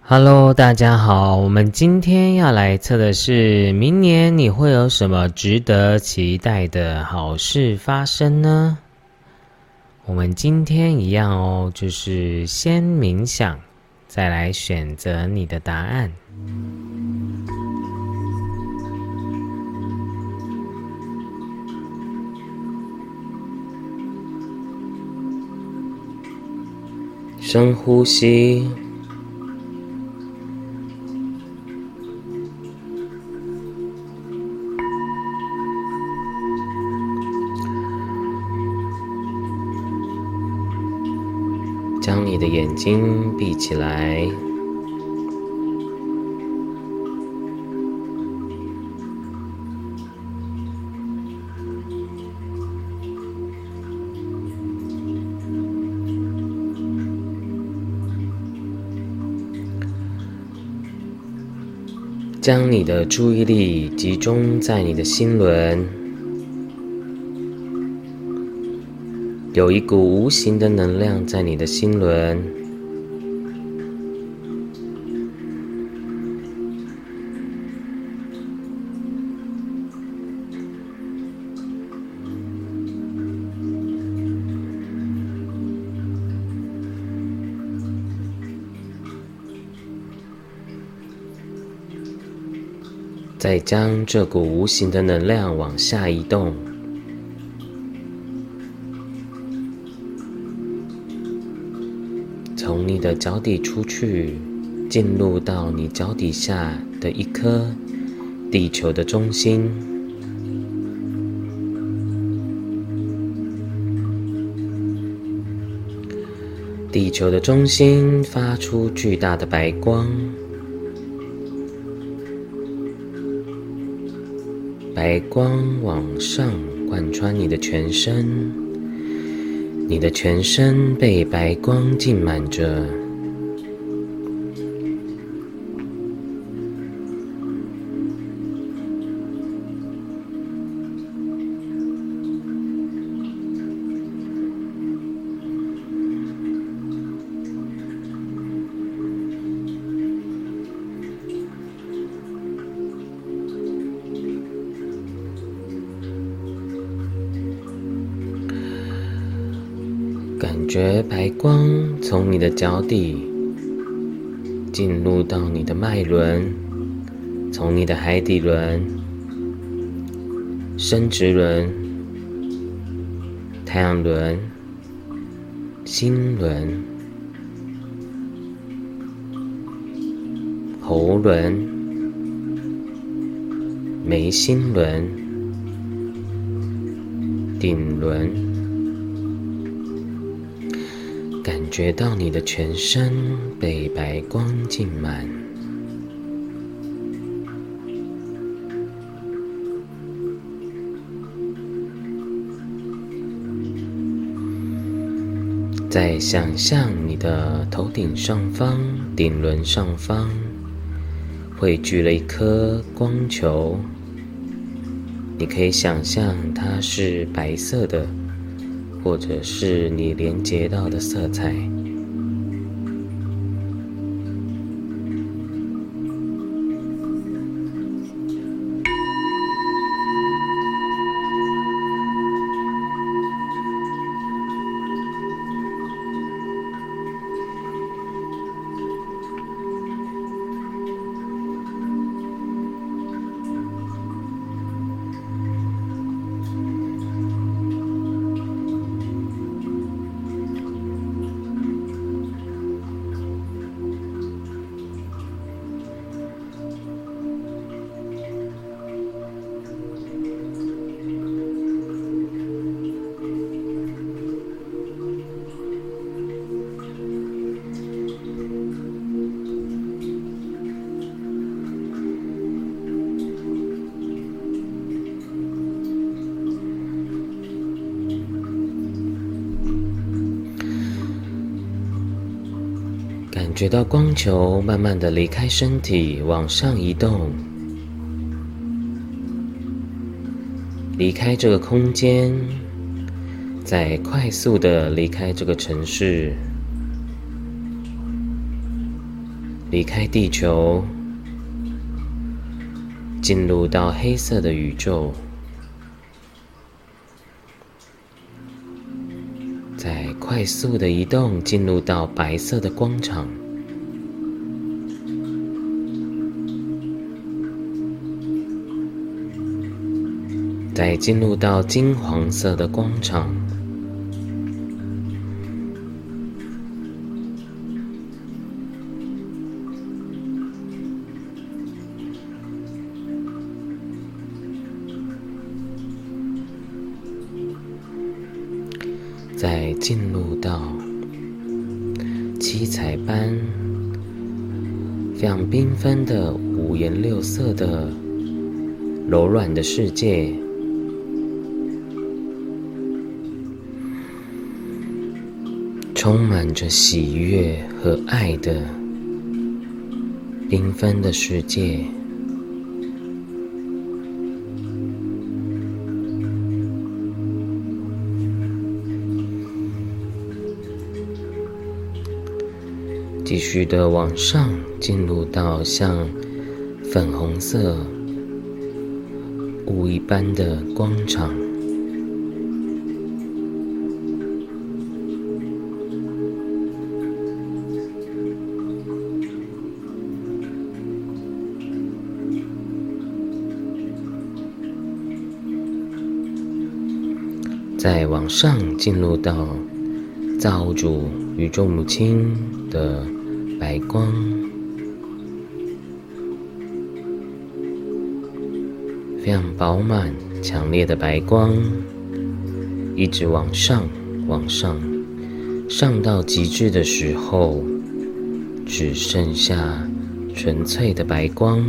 Hello， 大家好，我们今天要来测的是明年你会有什么值得期待的好事发生呢？我们今天一样哦，就是先冥想，再来选择你的答案。深呼吸。将你的眼睛闭起来，将你的注意力集中在你的心轮，有一股无形的能量在你的心轮，再将这股无形的能量往下移动，从你的脚底出去，进入到你脚底下的一颗地球的中心。地球的中心发出巨大的白光，白光往上贯穿你的全身，你的全身被白光浸满着。感觉白光从你的脚底进入到你的脉轮，从你的海底轮、生殖轮、太阳轮、心轮、喉轮、眉心轮、顶轮，感觉到你的全身被白光浸满，再想象你的头顶上方、顶轮上方汇聚了一颗光球，你可以想象它是白色的，或者是你连接到的色彩。感觉到光球慢慢的离开身体，往上移动，离开这个空间，再快速的离开这个城市， 离开地球，进入到黑色的宇宙，再快速的移动，进入到白色的光场，再进入到金黄色的光场，再进入到七彩般、非常缤纷的五颜六色的柔软的世界，充满着喜悦和爱的缤纷的世界。继续的往上，进入到像粉红色雾一般的光场，再往上进入到造物主宇宙母亲的白光，非常饱满强烈的白光，一直往上往上，上到极致的时候，只剩下纯粹的白光。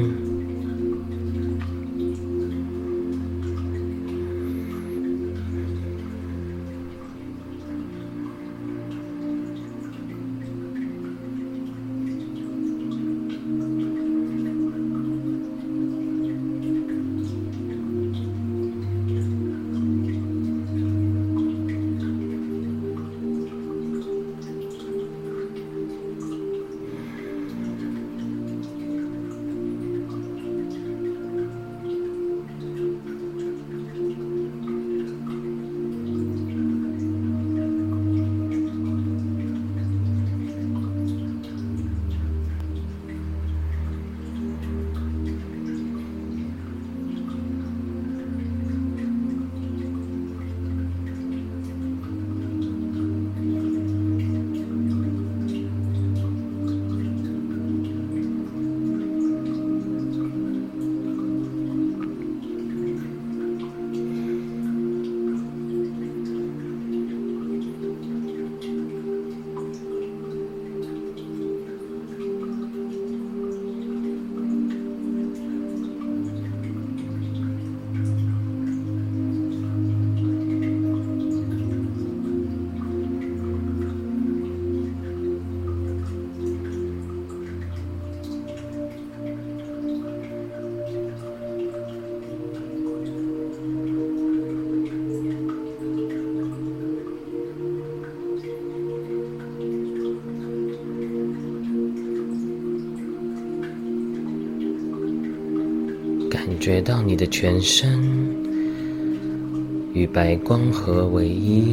感觉到你的全身与白光合为一，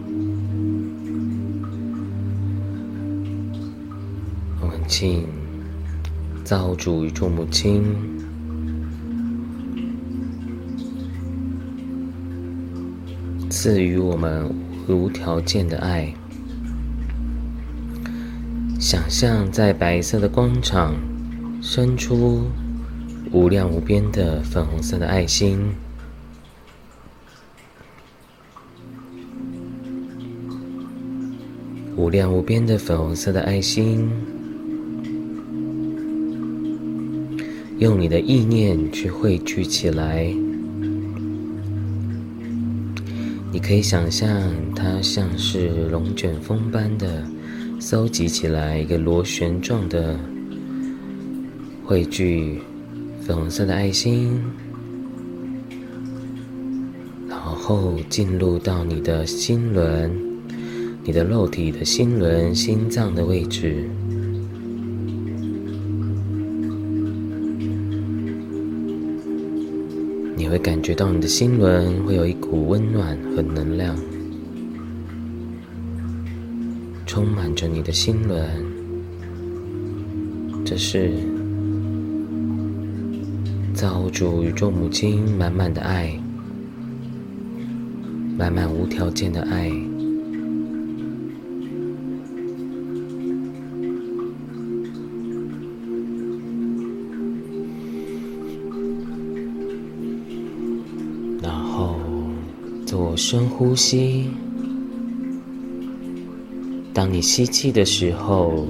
我们请造物主宇宙母亲赐予我们无条件的爱。想象在白色的光场伸出无量无边的粉红色的爱心，无量无边的粉红色的爱心，用你的意念去汇聚起来。你可以想象它像是龙卷风般的搜集起来，一个螺旋状的汇聚粉红色的爱心，然后进入到你的心轮，你的肉体的心轮、心脏的位置， 你会感觉到你的心轮会有一股温暖和能量，充满着你的心轮。这是造物主宇宙母亲满满的爱，满满无条件的爱。然后做深呼吸，当你吸气的时候，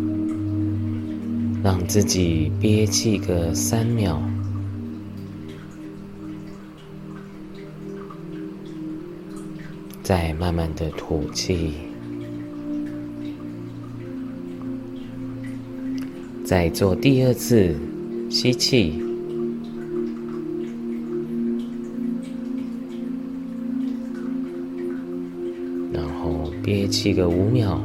让自己憋气个3秒，再慢慢的吐气，再做第2次吸气，然后憋气个5秒，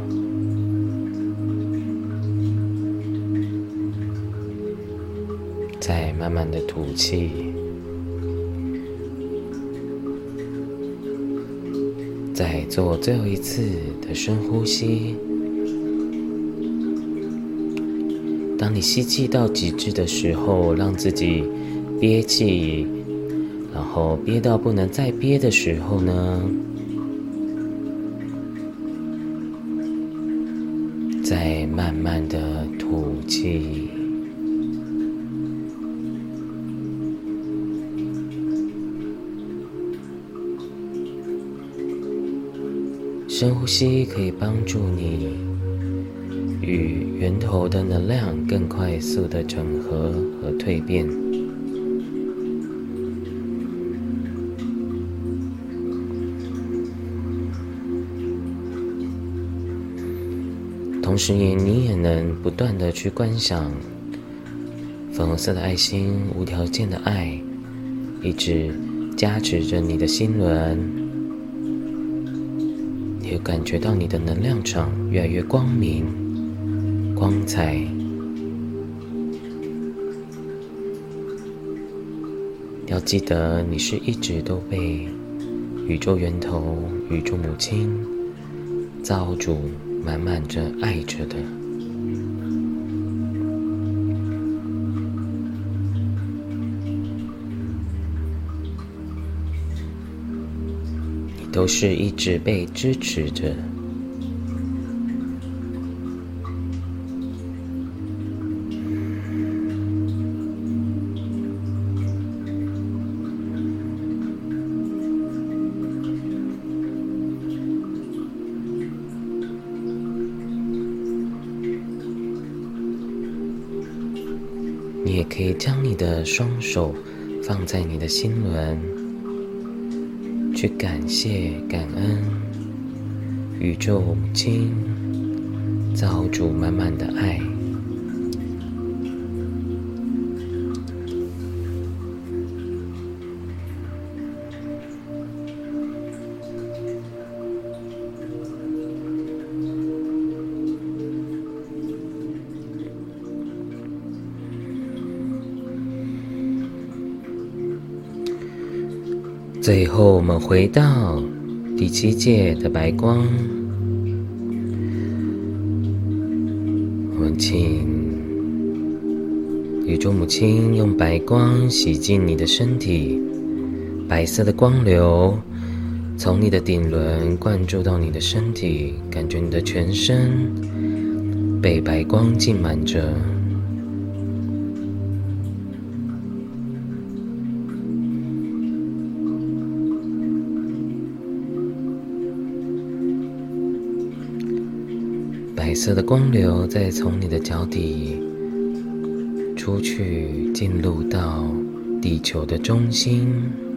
再慢慢的吐气，再做最后1次的深呼吸。当你吸气到极致的时候，让自己憋气，然后憋到不能再憋的时候呢，再慢慢的吐气。深呼吸可以帮助你与源头的能量更快速的整合和蜕变。同时你也能不断的去观想粉红色的爱心无条件的爱一直加持着你的心轮，你会感觉到你的能量场越来越光明光彩。要记得你是一直都被宇宙源头宇宙母亲造物主满满着爱着的。你都是一直被支持着。你也可以将你的双手放在你的心轮，去感谢感恩宇宙母亲造物主满满的爱。最后我们回到第7届的白光，我们请宇宙母亲用白光洗净你的身体，白色的光流从你的顶轮灌注到你的身体，感觉你的全身被白光浸满着。白色的光流再从你的脚底出去，进入到地球的中心，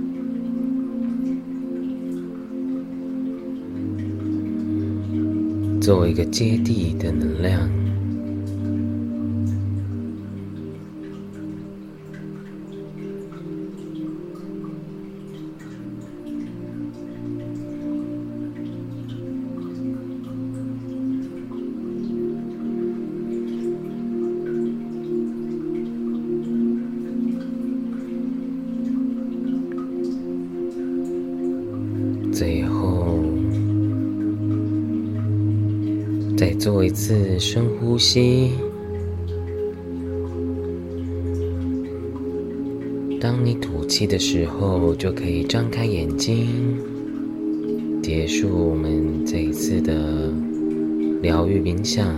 作为一个接地的能量。 最后再做一次深呼吸。当你吐气的时候，就可以张开眼睛，结束我们这一次的疗愈冥想。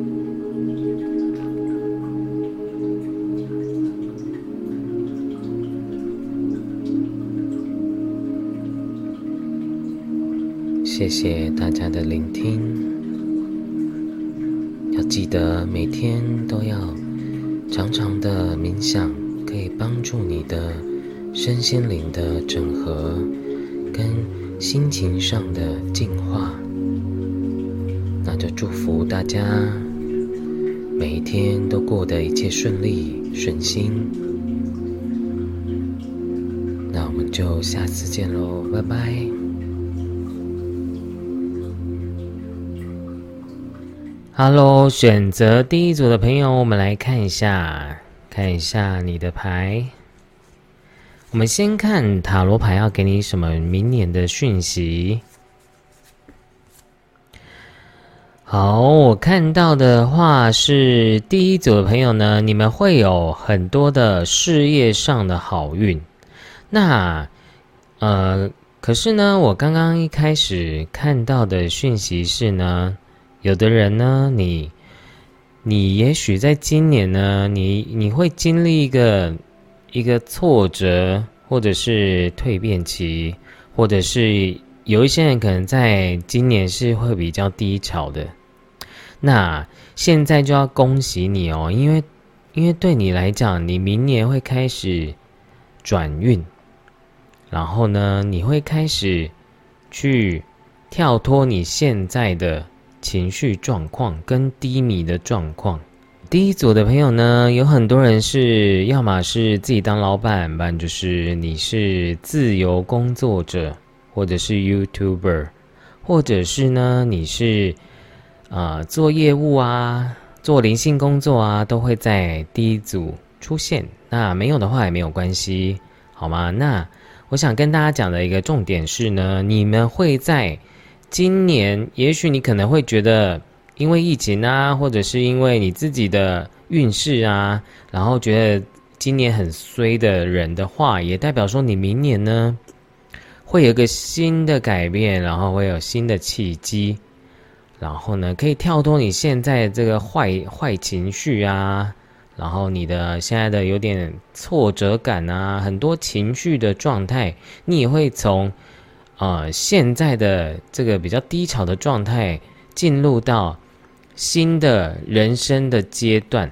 谢谢大家的聆听，要记得每天都要常常的冥想，可以帮助你的身心灵的整合跟心情上的净化。那就祝福大家每一天都过得一切顺利顺心。那我们就下次见咯，拜拜。Hello， 选择第一组的朋友，我们来看一下你的牌。我们先看塔罗牌要给你什么明年的讯息。好，我看到的话是第一组的朋友呢，你们会有很多的事业上的好运。那可是呢，我刚刚一开始看到的讯息是呢，有的人呢，你也许在今年呢，你会经历一个挫折，或者是蜕变期，或者是有一些人可能在今年是会比较低潮的。那现在就要恭喜你哦，因为对你来讲，你明年会开始转运，然后呢，你会开始去跳脱你现在的情绪状况跟低迷的状况。第一组的朋友呢，有很多人是要么是自己当老板，不然就是你是自由工作者，或者是 YouTuber， 或者是呢你是做业务啊，做灵性工作啊，都会在第一组出现。那没有的话也没有关系，好吗？那我想跟大家讲的一个重点是呢，你们会在今年，也许你可能会觉得因为疫情啊，或者是因为你自己的运势啊，然后觉得今年很衰的人的话，也代表说你明年呢会有一个新的改变，然后会有新的契机，然后呢可以跳脱你现在这个坏情绪啊，然后你的现在的有点挫折感啊，很多情绪的状态，你也会从现在的这个比较低潮的状态进入到新的人生的阶段。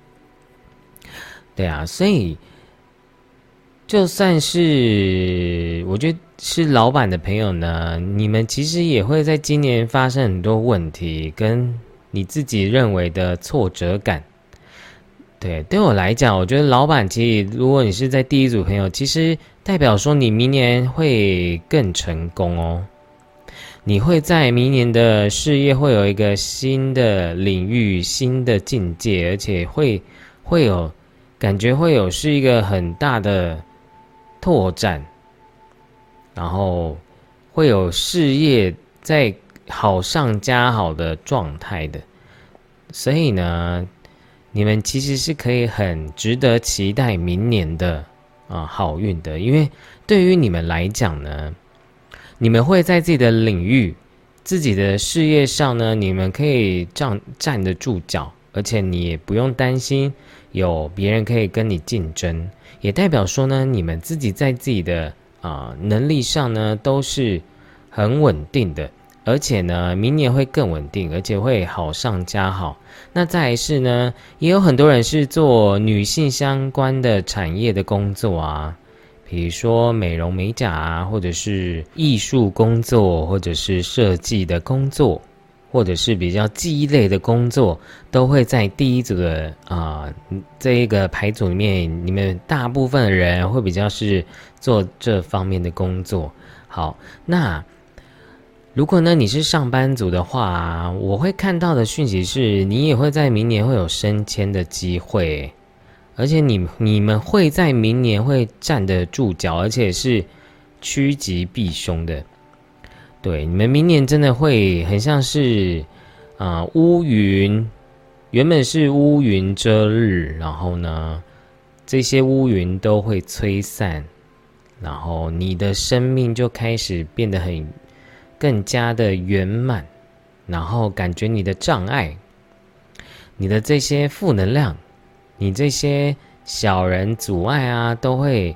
对啊，所以就算是我觉得是老板的朋友呢，你们其实也会在今年发生很多问题，跟你自己认为的挫折感。对我来讲，我觉得老板其实如果你是在第一组朋友，其实代表说你明年会更成功哦。你会在明年的事业会有一个新的领域、新的境界，而且会有感觉，会有是一个很大的拓展，然后会有事业在好上加好的状态的。所以呢，你们其实是可以很值得期待明年的好运的，因为对于你们来讲呢，你们会在自己的领域、自己的事业上呢，你们可以站得住脚，而且你也不用担心有别人可以跟你竞争，也代表说呢，你们自己在自己的能力上呢都是很稳定的，而且呢，明年会更稳定，而且会好上加好。那再来是呢，也有很多人是做女性相关的产业的工作啊，比如说美容美甲啊，或者是艺术工作，或者是设计的工作，或者是比较记忆类的工作，都会在第一组的这一个牌组里面，你们大部分的人会比较是做这方面的工作。好，那如果呢你是上班族的话，我会看到的讯息是你也会在明年会有升迁的机会，而且你们会在明年会站得住脚，而且是趋吉避凶的。 对，你们明年真的会很像是乌云，原本是乌云遮日，然后呢，这些乌云都会吹散，然后你的生命就开始变得更加的圆满，然后感觉你的障碍，你的这些负能量，你这些小人阻碍啊，都会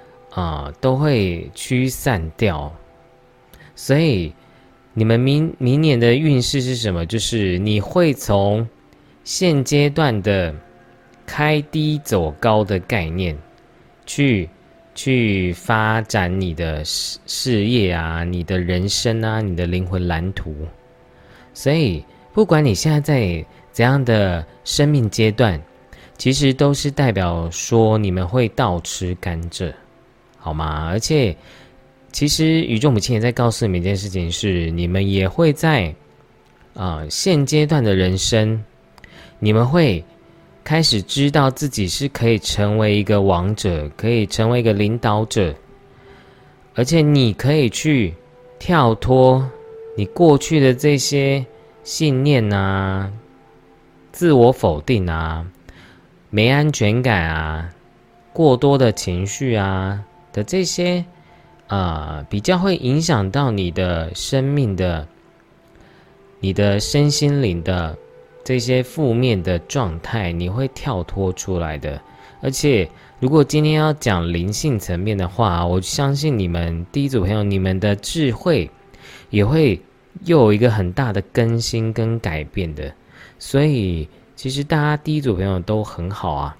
驱散掉。所以你们明年的运势是什么？就是你会从现阶段的开低走高的概念去发展你的事业啊，你的人生啊，你的灵魂蓝图。所以不管你现在在怎样的生命阶段，其实都是代表说你们会倒吃甘蔗，好吗？而且其实宇宙母亲也在告诉你们一件事情是，你们也会在现阶段的人生，你们会开始知道自己是可以成为一个王者，可以成为一个领导者，而且你可以去跳脱你过去的这些信念啊、自我否定啊、没安全感啊、过多的情绪啊的这些比较会影响到你的生命的、你的身心灵的这些负面的状态，你会跳脱出来的。而且如果今天要讲灵性层面的话，我相信你们第一组朋友，你们的智慧也会又有一个很大的更新跟改变的。所以其实大家第一组朋友都很好啊。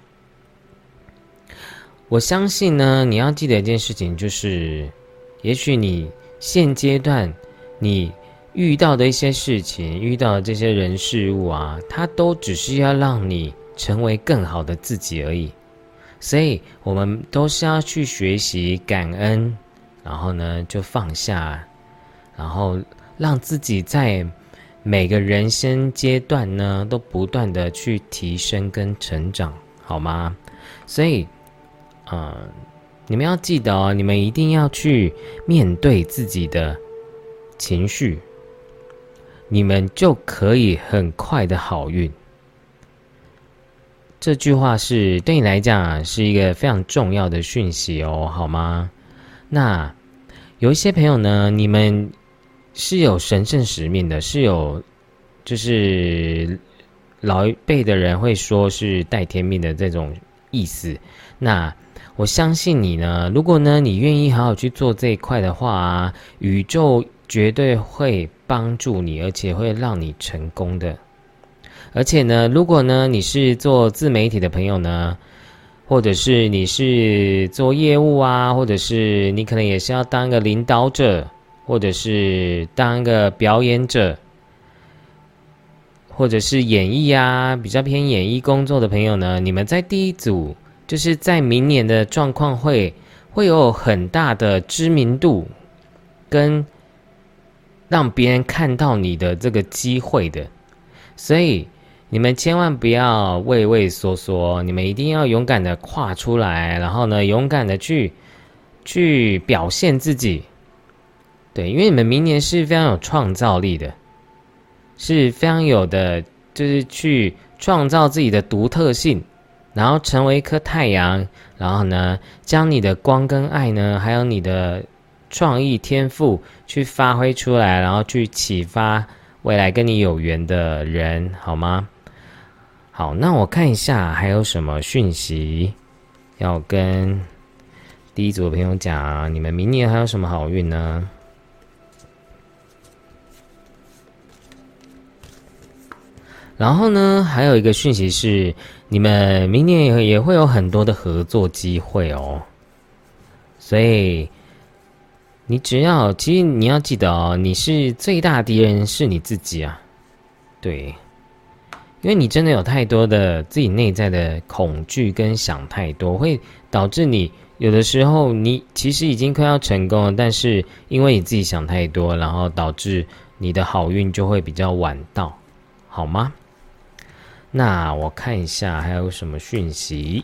我相信呢，你要记得一件事情，就是也许你现阶段你遇到的一些事情，遇到的这些人事物啊，它都只是要让你成为更好的自己而已。所以我们都是要去学习感恩，然后呢就放下，然后让自己在每个人生阶段呢都不断的去提升跟成长，好吗？所以你们要记得哦，你们一定要去面对自己的情绪，你们就可以很快的好运。这句话是对你来讲是一个非常重要的讯息哦，好吗？那有一些朋友呢，你们是有神圣使命的，是有就是老一辈的人会说是带天命的这种意思。那我相信你呢，如果呢你愿意好好去做这一块的话啊，宇宙绝对会帮助你，而且会让你成功的。而且呢，如果呢你是做自媒体的朋友呢，或者是你是做业务啊，或者是你可能也是要当一个领导者，或者是当一个表演者，或者是演艺啊，比较偏演艺工作的朋友呢，你们在第一组就是在明年的状况会有很大的知名度跟让别人看到你的这个机会的。所以你们千万不要畏畏缩缩，你们一定要勇敢的跨出来，然后呢勇敢的去表现自己。对，因为你们明年是非常有创造力的，是非常有的，就是去创造自己的独特性，然后成为一颗太阳，然后呢将你的光跟爱呢，还有你的创意天赋去发挥出来，然后去启发未来跟你有缘的人，好吗？好，那我看一下还有什么讯息要跟第一组的朋友讲啊，你们明年还有什么好运呢？然后呢，还有一个讯息是，你们明年也会有很多的合作机会哦。所以其实你要记得哦，你是最大敌人是你自己啊。对，因为你真的有太多的自己内在的恐惧跟想太多，会导致你有的时候你其实已经快要成功了，但是因为你自己想太多，然后导致你的好运就会比较晚到，好吗？那我看一下还有什么讯息。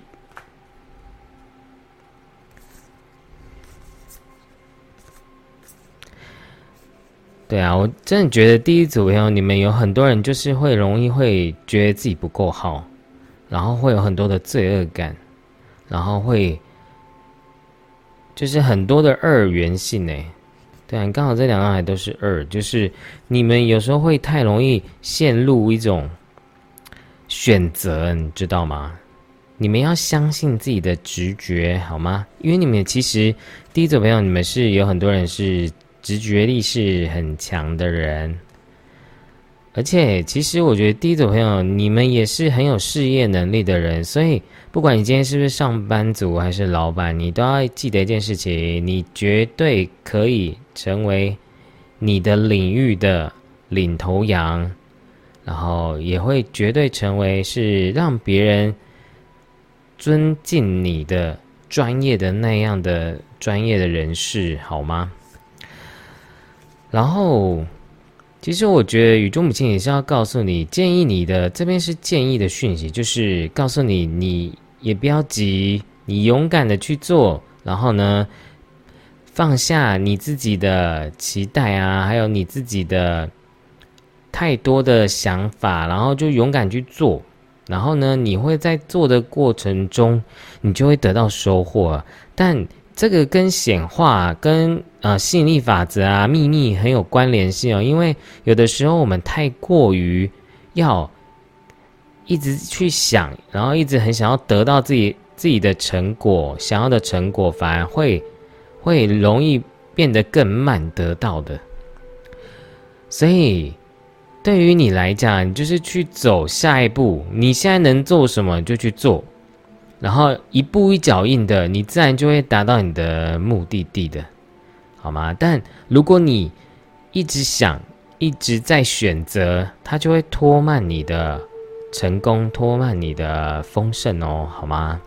对啊，我真的觉得第一组朋友，你们有很多人就是容易会觉得自己不够好，然后会有很多的罪恶感，然后会就是很多的二元性诶。对啊，刚好这两张牌都是二，就是你们有时候会太容易陷入一种选择，你知道吗？你们要相信自己的直觉，好吗？因为你们其实第一组朋友，你们是有很多人是直觉力是很强的人，而且其实我觉得第一组朋友，你们也是很有事业能力的人，所以不管你今天是不是上班族还是老板，你都要记得一件事情，你绝对可以成为你的领域的领头羊，然后也会绝对成为是让别人尊敬你的专业的那样的专业的人士，好吗？然后其实我觉得宇宙母亲也是要告诉你，建议你的这边是建议的讯息，就是告诉你，你也不要急，你勇敢的去做，然后呢放下你自己的期待啊，还有你自己的太多的想法，然后就勇敢去做，然后呢你会在做的过程中你就会得到收获，但这个跟显化跟吸引力法则啊秘密很有关联性哦，因为有的时候我们太过于要一直去想，然后一直很想要得到自己的成果，想要的成果反而会容易变得更慢得到的。所以对于你来讲，你就是去走下一步，你现在能做什么就去做，然后一步一脚印的，你自然就会达到你的目的地的，好吗？但如果你一直想，一直在选择，它就会拖慢你的成功，拖慢你的丰盛哦，好吗？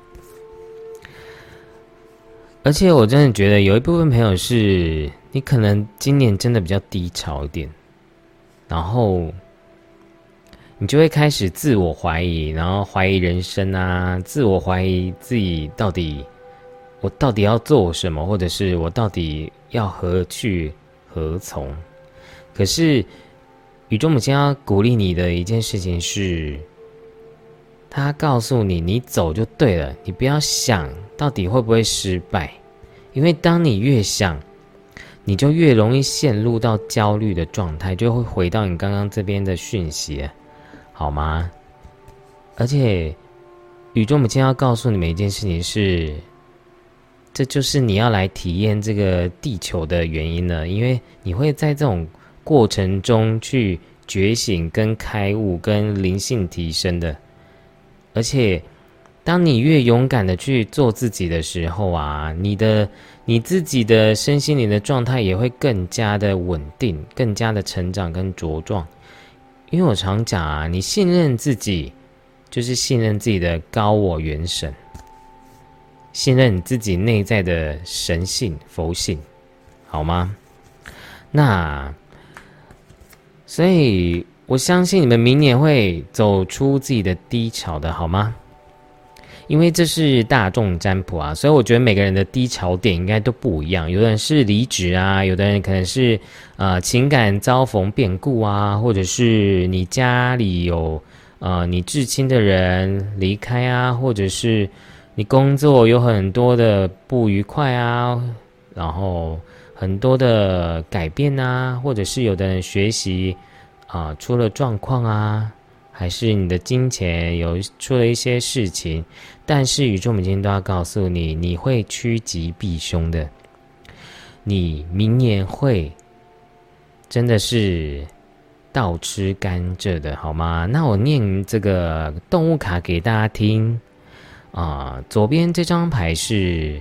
而且我真的觉得有一部分朋友是，你可能今年真的比较低潮一点，然后你就会开始自我怀疑，然后怀疑人生啊，自我怀疑自己我到底要做什么，或者是我到底要何去何从。可是宇宙母亲要鼓励你的一件事情是，他告诉你，你走就对了，你不要想到底会不会失败，因为当你越想，你就越容易陷入到焦虑的状态，就会回到你刚刚这边的讯息，好吗？而且宇宙母亲要告诉你们一件事情是，这就是你要来体验这个地球的原因了，因为你会在这种过程中去觉醒跟开悟跟灵性提升的。而且当你越勇敢的去做自己的时候啊，你自己的身心灵的状态也会更加的稳定，更加的成长跟茁壮。因为我常讲啊，你信任自己就是信任自己的高我元神，信任你自己内在的神性佛性，好吗？那所以我相信你们明年会走出自己的低潮的，好吗？因为这是大众占卜啊，所以我觉得每个人的低潮点应该都不一样。有的人是离职啊，有的人可能是情感遭逢变故啊，或者是你家里有你至亲的人离开啊，或者是你工作有很多的不愉快啊，然后很多的改变啊，或者是有的人学习出了状况啊，还是你的金钱有出了一些事情，但是宇宙母亲都要告诉你，你会趋吉避凶的，你明年会真的是倒吃甘蔗的，好吗？那我念这个动物卡给大家听左边这张牌是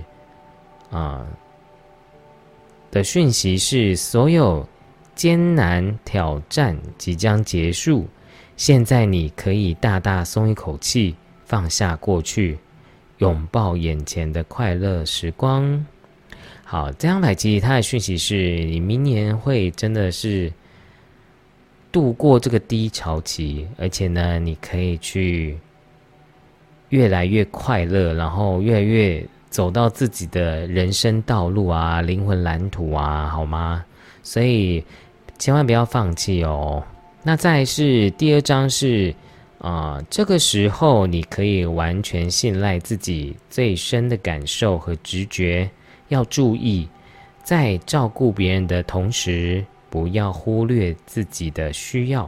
的讯息是，所有艰难挑战即将结束，现在你可以大大松一口气，放下过去，拥抱眼前的快乐时光。好，这张牌其实它的讯息是，你明年会真的是度过这个低潮期，而且呢，你可以去越来越快乐，然后越来越走到自己的人生道路啊，灵魂蓝图啊，好吗？所以千万不要放弃哦。那再来是第二章是这个时候你可以完全信赖自己最深的感受和直觉，要注意在照顾别人的同时，不要忽略自己的需要。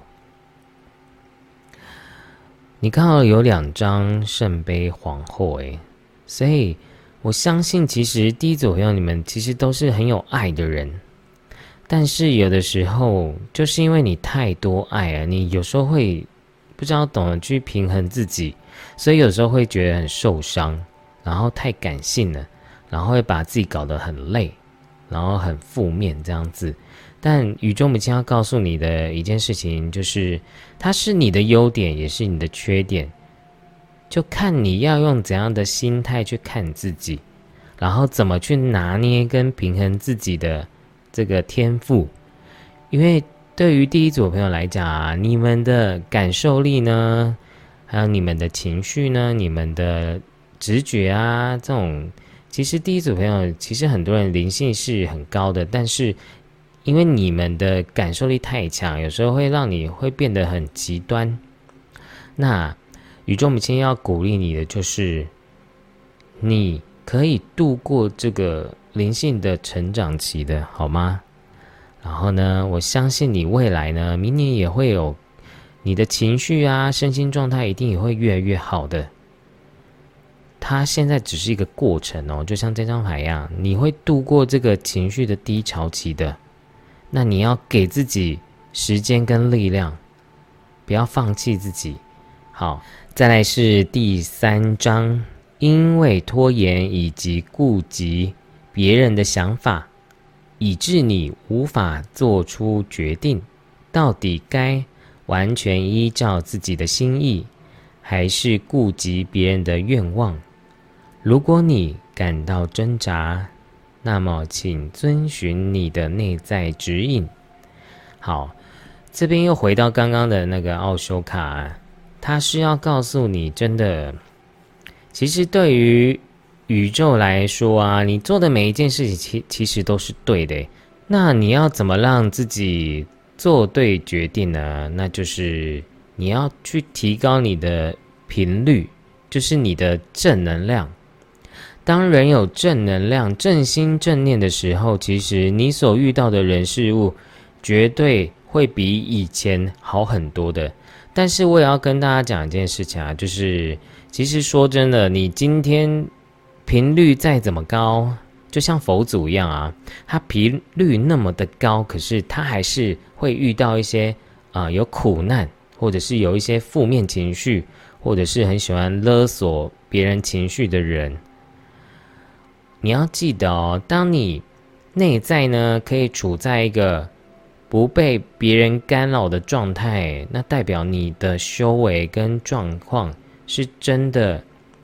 你看到有2张圣杯皇后所以我相信其实第一组朋友你们其实都是很有爱的人，但是有的时候就是因为你太多爱了，你有时候会不知道懂得去平衡自己，所以有时候会觉得很受伤，然后太感性了，然后会把自己搞得很累，然后很负面这样子。但宇宙母亲要告诉你的一件事情就是，它是你的优点也是你的缺点，就看你要用怎样的心态去看自己，然后怎么去拿捏跟平衡自己的这个天赋。因为对于第一组朋友来讲你们的感受力呢，还有你们的情绪呢，你们的直觉这种，其实第一组朋友其实很多人灵性是很高的，但是因为你们的感受力太强，有时候会让你会变得很极端。那宇宙母亲要鼓励你的就是你可以度过这个灵性的成长期的，好吗？然后呢，我相信你未来呢，明年也会有你的情绪身心状态一定也会越来越好的。它现在只是一个过程就像这张牌一样，你会度过这个情绪的低潮期的。那你要给自己时间跟力量，不要放弃自己。好，再来是第3章，因为拖延以及顾及别人的想法，以致你无法做出决定，到底该完全依照自己的心意，还是顾及别人的愿望。如果你感到挣扎，那么请遵循你的内在指引。好，这边又回到刚刚的那个奥修卡，它是要告诉你，真的其实对于宇宙来说你做的每一件事情其实都是对的。那你要怎么让自己做对决定呢？那就是你要去提高你的频率，就是你的正能量。当人有正能量、正心正念的时候，其实你所遇到的人事物绝对会比以前好很多的。但是我也要跟大家讲一件事情就是其实说真的，你今天频率再怎么高，就像佛祖一样他频率那么的高，可是他还是会遇到一些有苦难，或者是有一些负面情绪，或者是很喜欢勒索别人情绪的人。你要记得当你内在呢可以处在一个不被别人干扰的状态，那代表你的修为跟状况是真的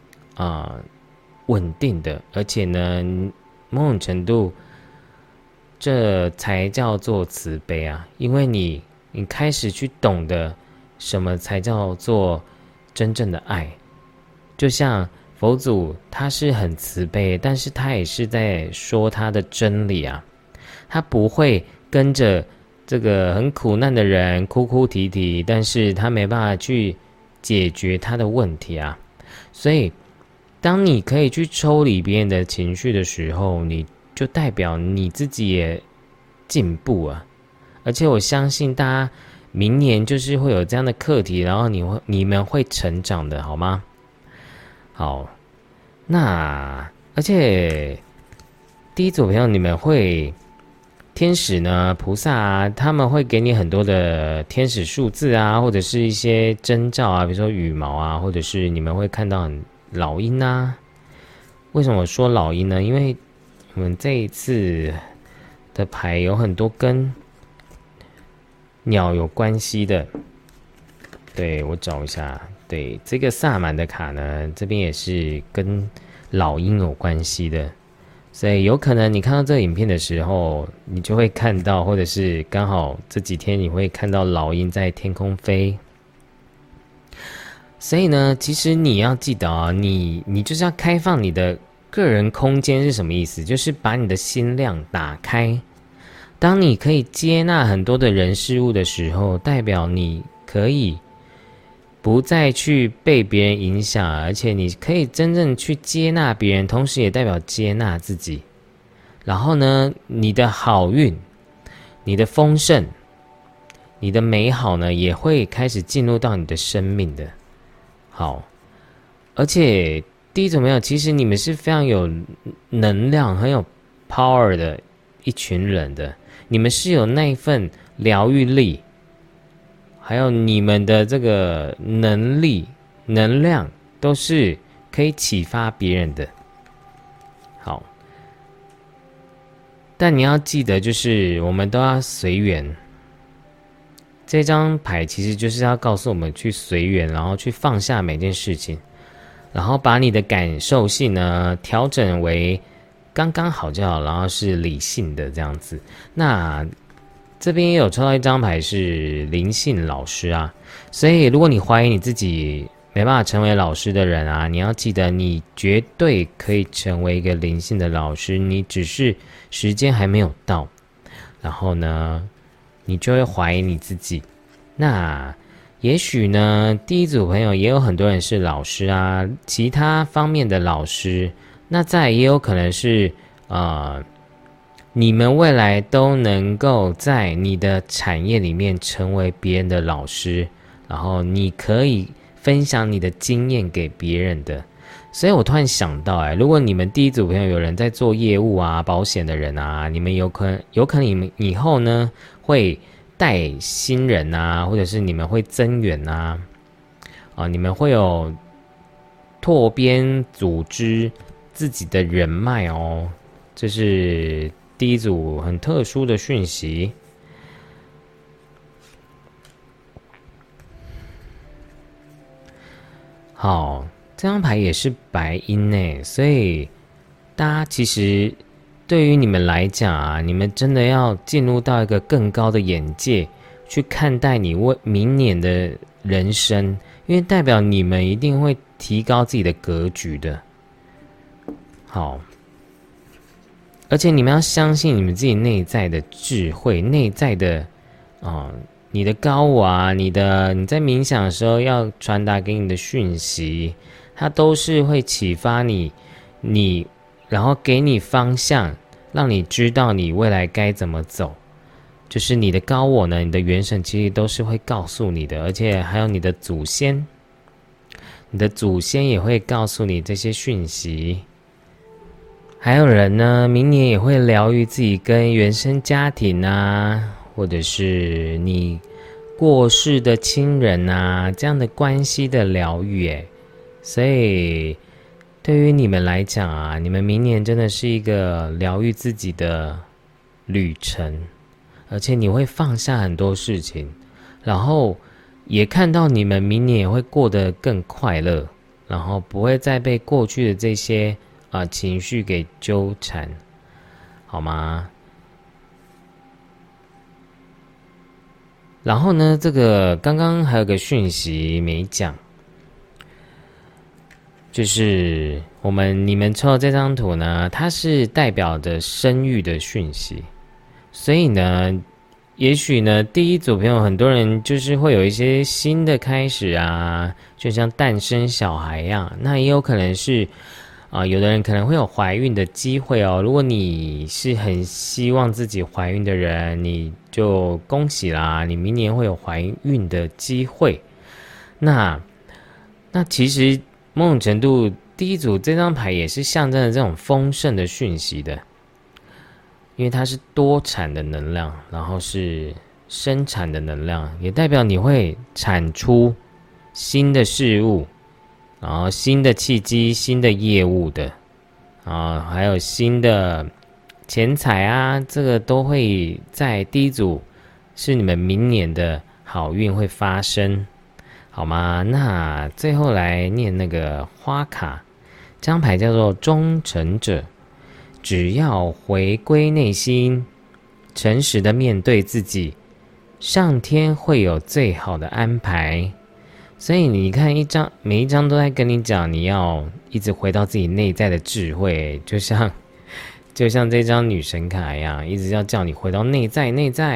稳定的，而且呢某种程度这才叫做慈悲因为你开始去懂得什么才叫做真正的爱。就像佛祖他是很慈悲，但是他也是在说他的真理他不会跟着这个很苦难的人哭哭啼啼，但是他没办法去解决他的问题所以当你可以去抽离别人的情绪的时候，你就代表你自己也进步而且我相信大家明年就是会有这样的课题，然后你们会成长的，好吗？好，那而且第一组朋友，你们会天使呢、菩萨他们会给你很多的天使数字或者是一些征兆比如说羽毛或者是你们会看到老鹰为什么我说老鹰呢？因为我们这一次的牌有很多跟鸟有关系的。对，我找一下。对，这个萨满的卡呢，这边也是跟老鹰有关系的，所以有可能你看到这个影片的时候，你就会看到，或者是刚好这几天你会看到老鹰在天空飞。所以呢，其实你要记得你就是要开放你的个人空间是什么意思？就是把你的心量打开， 当你可以接纳很多的人事物的时候，代表你可以不再去被别人影响，而且你可以真正去接纳别人，同时也代表接纳自己。然后呢，你的好运、你的丰盛、你的美好呢，也会开始进入到你的生命的。好，而且第一组朋友，其实你们是非常有能量、很有 power 的一群人的，你们是有那一份疗愈力，还有你们的这个能力、能量，都是可以启发别人的。好，但你要记得，就是我们都要随缘。这张牌其实就是要告诉我们去随缘，然后去放下每件事情，然后把你的感受性呢调整为刚刚好就好，然后是理性的这样子。那这边也有抽到一张牌是灵性老师啊，所以如果你怀疑你自己没办法成为老师的人啊，你要记得你绝对可以成为一个灵性的老师，你只是时间还没有到，然后呢你就会怀疑你自己。那也许呢，第一组朋友也有很多人是老师啊，其他方面的老师，那再也有可能是你们未来都能够在你的产业里面成为别人的老师，然后你可以分享你的经验给别人的。所以我突然想到，如果你们第一组朋友有人在做业务啊、保险的人啊，你们有可能你们以后呢会带新人啊，或者是你们会增援啊，你们会有拓编组织自己的人脉哦，这是第一组很特殊的讯息。好，这张牌也是白鹰耶，所以大家其实对于你们来讲啊，你们真的要进入到一个更高的眼界去看待你明年的人生，因为代表你们一定会提高自己的格局的。好，而且你们要相信你们自己内在的智慧，内在的你的高我啊，你在冥想的时候要传达给你的讯息，它都是会启发你然后给你方向，让你知道你未来该怎么走。就是你的高我呢，你的元神其实都是会告诉你的，而且还有你的祖先，你的祖先也会告诉你这些讯息。还有人呢，明年也会疗愈自己跟原生家庭啊，或者是你过世的亲人啊，这样的关系的疗愈耶。所以对于你们来讲啊，你们明年真的是一个疗愈自己的旅程，而且你会放下很多事情，然后也看到你们明年也会过得更快乐，然后不会再被过去的这些情绪给纠缠，好吗？然后呢，这个刚刚还有个讯息没讲，就是你们抽的这张图呢，它是代表着生育的讯息，所以呢，也许呢，第一组朋友很多人就是会有一些新的开始啊，就像诞生小孩一样，那也有可能是有的人可能会有怀孕的机会哦。如果你是很希望自己怀孕的人，你就恭喜啦，你明年会有怀孕的机会。那其实某种程度，第一组这张牌也是象征着这种丰盛的讯息的，因为它是多产的能量，然后是生产的能量，也代表你会产出新的事物，然后新的契机、新的业务的，还有新的钱财啊，这个都会在第一组是你们明年的好运会发生，好吗？那最后来念那个花卡，这张牌叫做忠诚者，只要回归内心，诚实的面对自己，上天会有最好的安排。所以你看每一张都在跟你讲，你要一直回到自己内在的智慧，就像就像这张女神卡一样，一直要叫你回到内在。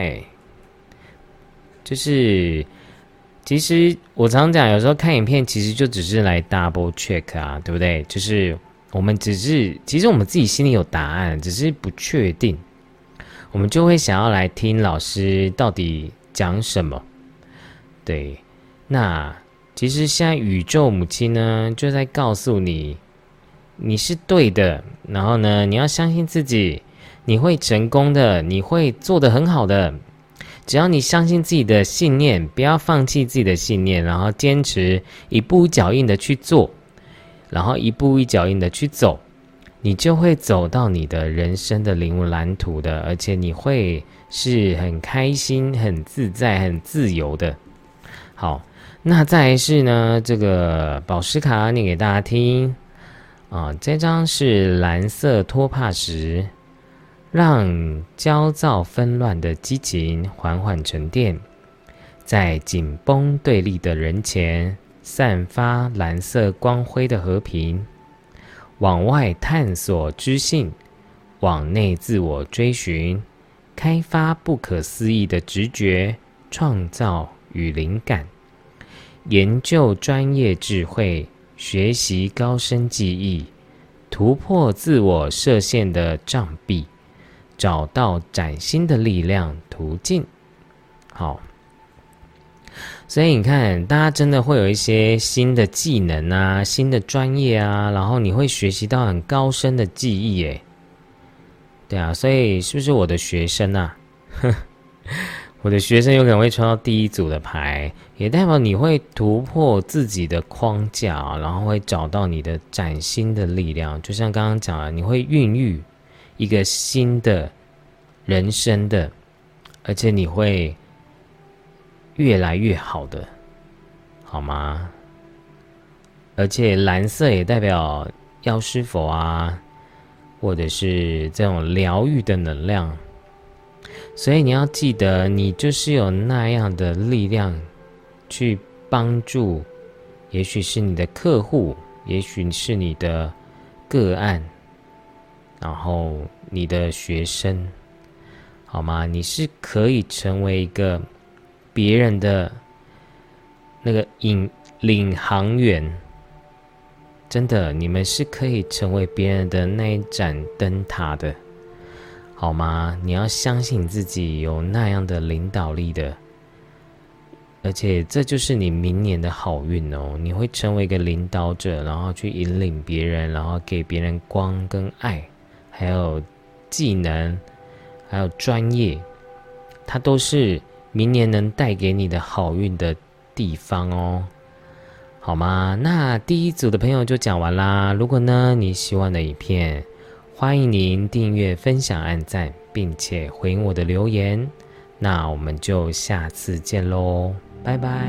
就是其实我常讲，有时候看影片其实就只是来 double check 啊，对不对？就是我们其实我们自己心里有答案，只是不确定，我们就会想要来听老师到底讲什么。对，那其实现在宇宙母亲呢，就在告诉你，你是对的，然后呢，你要相信自己，你会成功的，你会做得很好的。只要你相信自己的信念，不要放弃自己的信念，然后坚持一步一脚印的去做，然后一步一脚印的去走，你就会走到你的人生的领悟蓝图的，而且你会是很开心、很自在、很自由的。好，那再来是呢，这个宝石卡念给大家听啊，这张是蓝色托帕石。让焦躁纷乱的激情缓缓沉淀，在紧绷对立的人前散发蓝色光辉的和平，往外探索知性，往内自我追寻，开发不可思议的直觉、创造与灵感，研究专业智慧，学习高深技艺，突破自我设限的障壁，找到崭新的力量途径。好，所以你看，大家真的会有一些新的技能啊，新的专业啊，然后你会学习到很高深的技艺耶。对啊，所以是不是我的学生啊？我的学生有可能会抽到第一组的牌，也代表你会突破自己的框架，然后会找到你的崭新的力量。就像刚刚讲的，你会孕育一个新的人生的，而且你会越来越好的，好吗？而且蓝色也代表药师佛啊，或者是这种疗愈的能量，所以你要记得，你就是有那样的力量去帮助，也许是你的客户，也许是你的个案，然后你的学生，好吗？你是可以成为一个别人的那个领航员，真的，你们是可以成为别人的那一盏灯塔的，好吗？你要相信自己有那样的领导力的，而且这就是你明年的好运哦。你会成为一个领导者，然后去引领别人，然后给别人光跟爱，还有技能，还有专业，它都是明年能带给你的好运的地方哦，好吗？那第一组的朋友就讲完啦。如果呢你喜欢的影片，欢迎您订阅、分享、按赞，并且回应我的留言。那我们就下次见咯，拜拜。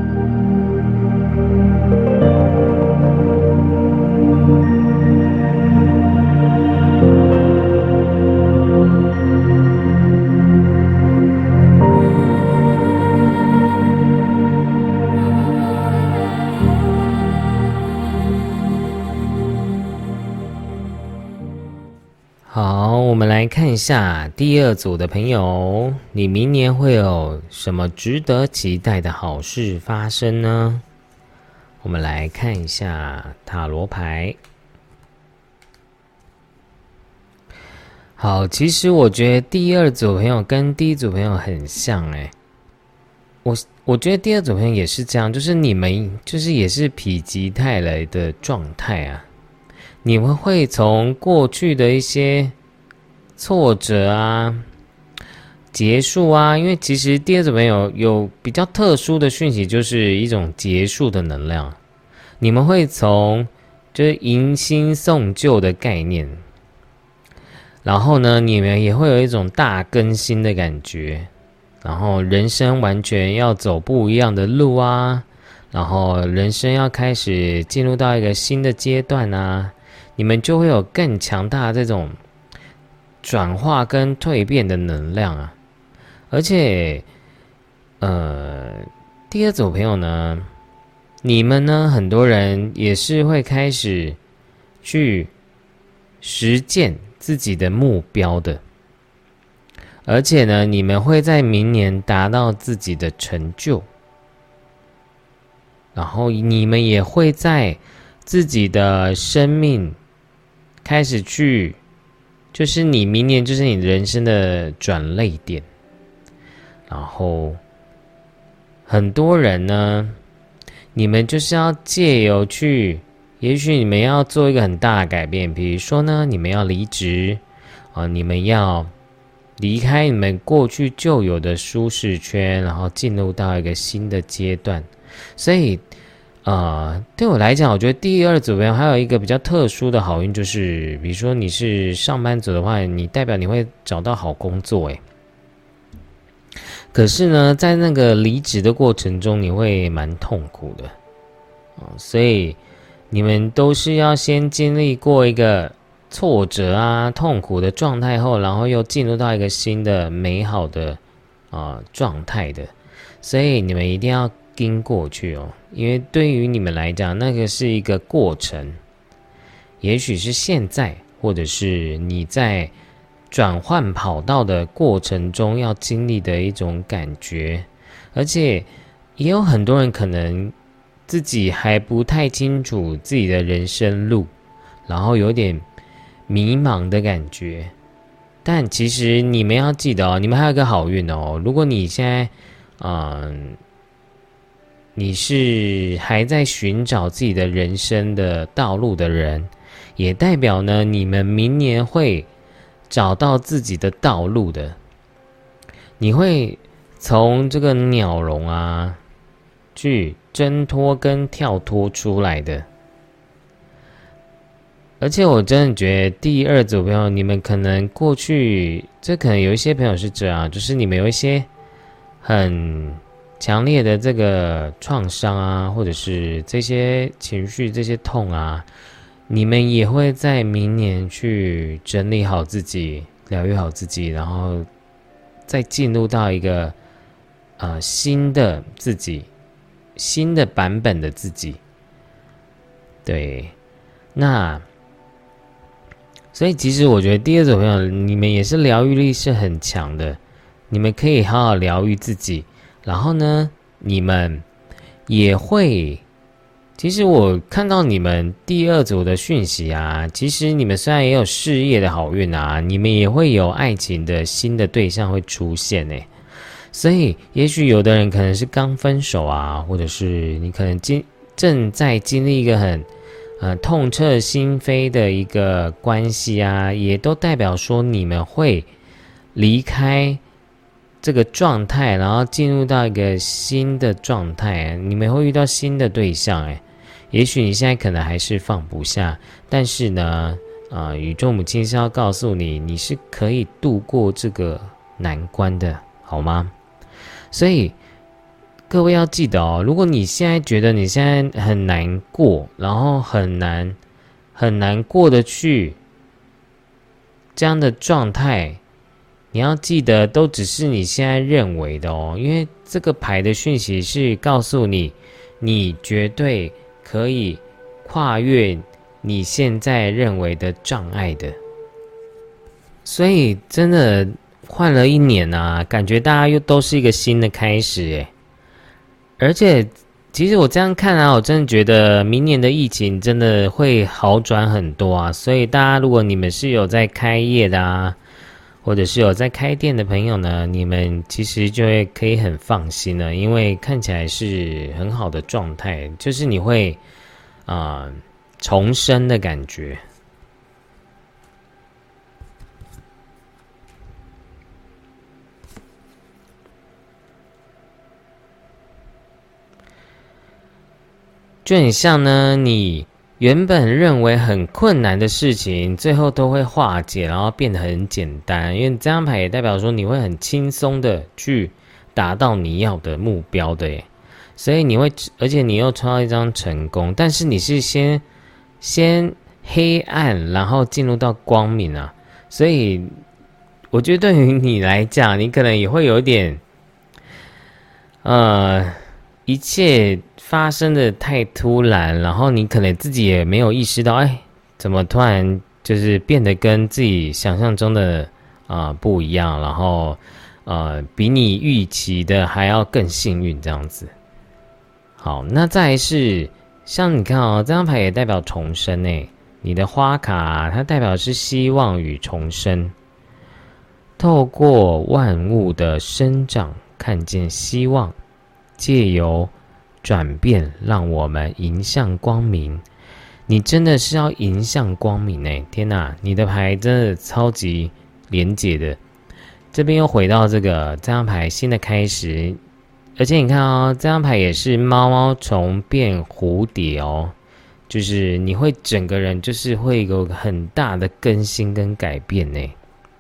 好，我们来看一下第二组的朋友，你明年会有什么值得期待的好事发生呢？我们来看一下塔罗牌。好，其实我觉得第二组朋友跟第一组朋友很像诶。我觉得第二组朋友也是这样，就是你们就是也是否极泰来的状态啊。你们会从过去的一些挫折啊、结束啊，因为其实第二组朋友有比较特殊的讯息，就是一种结束的能量。你们会从就是迎新送旧的概念，然后呢，你们也会有一种大更新的感觉，然后人生完全要走不一样的路啊，然后人生要开始进入到一个新的阶段啊。你们就会有更强大的这种转化跟蜕变的能量啊，而且，第二组朋友呢，你们呢，很多人也是会开始去实践自己的目标的，而且呢，你们会在明年达到自己的成就，然后你们也会在自己的生命开始去，就是你明年就是你人生的转捩点，然后很多人呢，你们就是要借由去，也许你们要做一个很大的改变，比如说呢，你们要离职你们要离开你们过去旧有的舒适圈，然后进入到一个新的阶段。所以对我来讲，我觉得第二组还有一个比较特殊的好运，就是比如说你是上班族的话，你代表你会找到好工作可是呢，在那个离职的过程中，你会蛮痛苦的所以你们都是要先经历过一个挫折痛苦的状态后，然后又进入到一个新的美好的状态的，所以你们一定要跟过去因为对于你们来讲，那个是一个过程，也许是现在，或者是你在转换跑道的过程中要经历的一种感觉，而且也有很多人可能自己还不太清楚自己的人生路，然后有点迷茫的感觉。但其实你们要记得你们还有一个好运如果你现在你是还在寻找自己的人生的道路的人，也代表呢你们明年会找到自己的道路的，你会从这个鸟笼去挣脱跟跳脱出来的。而且我真的觉得第二组朋友，你们可能过去，这可能有一些朋友是这样，就是你们有一些很强烈的这个创伤或者是这些情绪、这些痛你们也会在明年去整理好自己，疗愈好自己，然后再进入到一个新的自己，新的版本的自己。对，那所以其实我觉得第二组朋友，你们也是疗愈力是很强的，你们可以好好疗愈自己，然后呢，你们也会，其实我看到你们第二组的讯息其实你们虽然也有事业的好运你们也会有爱情的新的对象会出现所以也许有的人可能是刚分手或者是你可能正在经历一个很痛彻心扉的一个关系也都代表说你们会离开这个状态，然后进入到一个新的状态你们会遇到新的对象也许你现在可能还是放不下，但是呢宇宙母亲是要告诉你，你是可以度过这个难关的，好吗？所以各位要记得如果你现在觉得你现在很难过，然后很难过得去这样的状态，你要记得都只是你现在认为的因为这个牌的讯息是告诉你，你绝对可以跨越你现在认为的障碍的。所以真的换了一年感觉大家又都是一个新的开始而且其实我这样看我真的觉得明年的疫情真的会好转很多所以大家如果你们是有在开业的或者是有在开店的朋友呢，你们其实就会可以很放心了，因为看起来是很好的状态，就是你会重生的感觉。就很像呢，你原本认为很困难的事情，最后都会化解，然后变得很简单。因为这张牌也代表说你会很轻松的去达到你要的目标的耶。所以你会，而且你又抽到一张成功，但是你是先黑暗，然后进入到光明所以我觉得对于你来讲，你可能也会有点一切发生的太突然，然后你可能自己也没有意识到怎么突然就是变得跟自己想象中的不一样，然后比你预期的还要更幸运这样子。好，那再来是像你看这张牌也代表重生诶，你的花卡它代表的是希望与重生，透过万物的生长看见希望，借由转变让我们迎向光明。你真的是要迎向光明欸，天哪，你的牌真的超级连结的。这边又回到这张牌新的开始，而且你看这张牌也是毛毛虫变蝴蝶就是你会整个人就是会有很大的更新跟改变呢。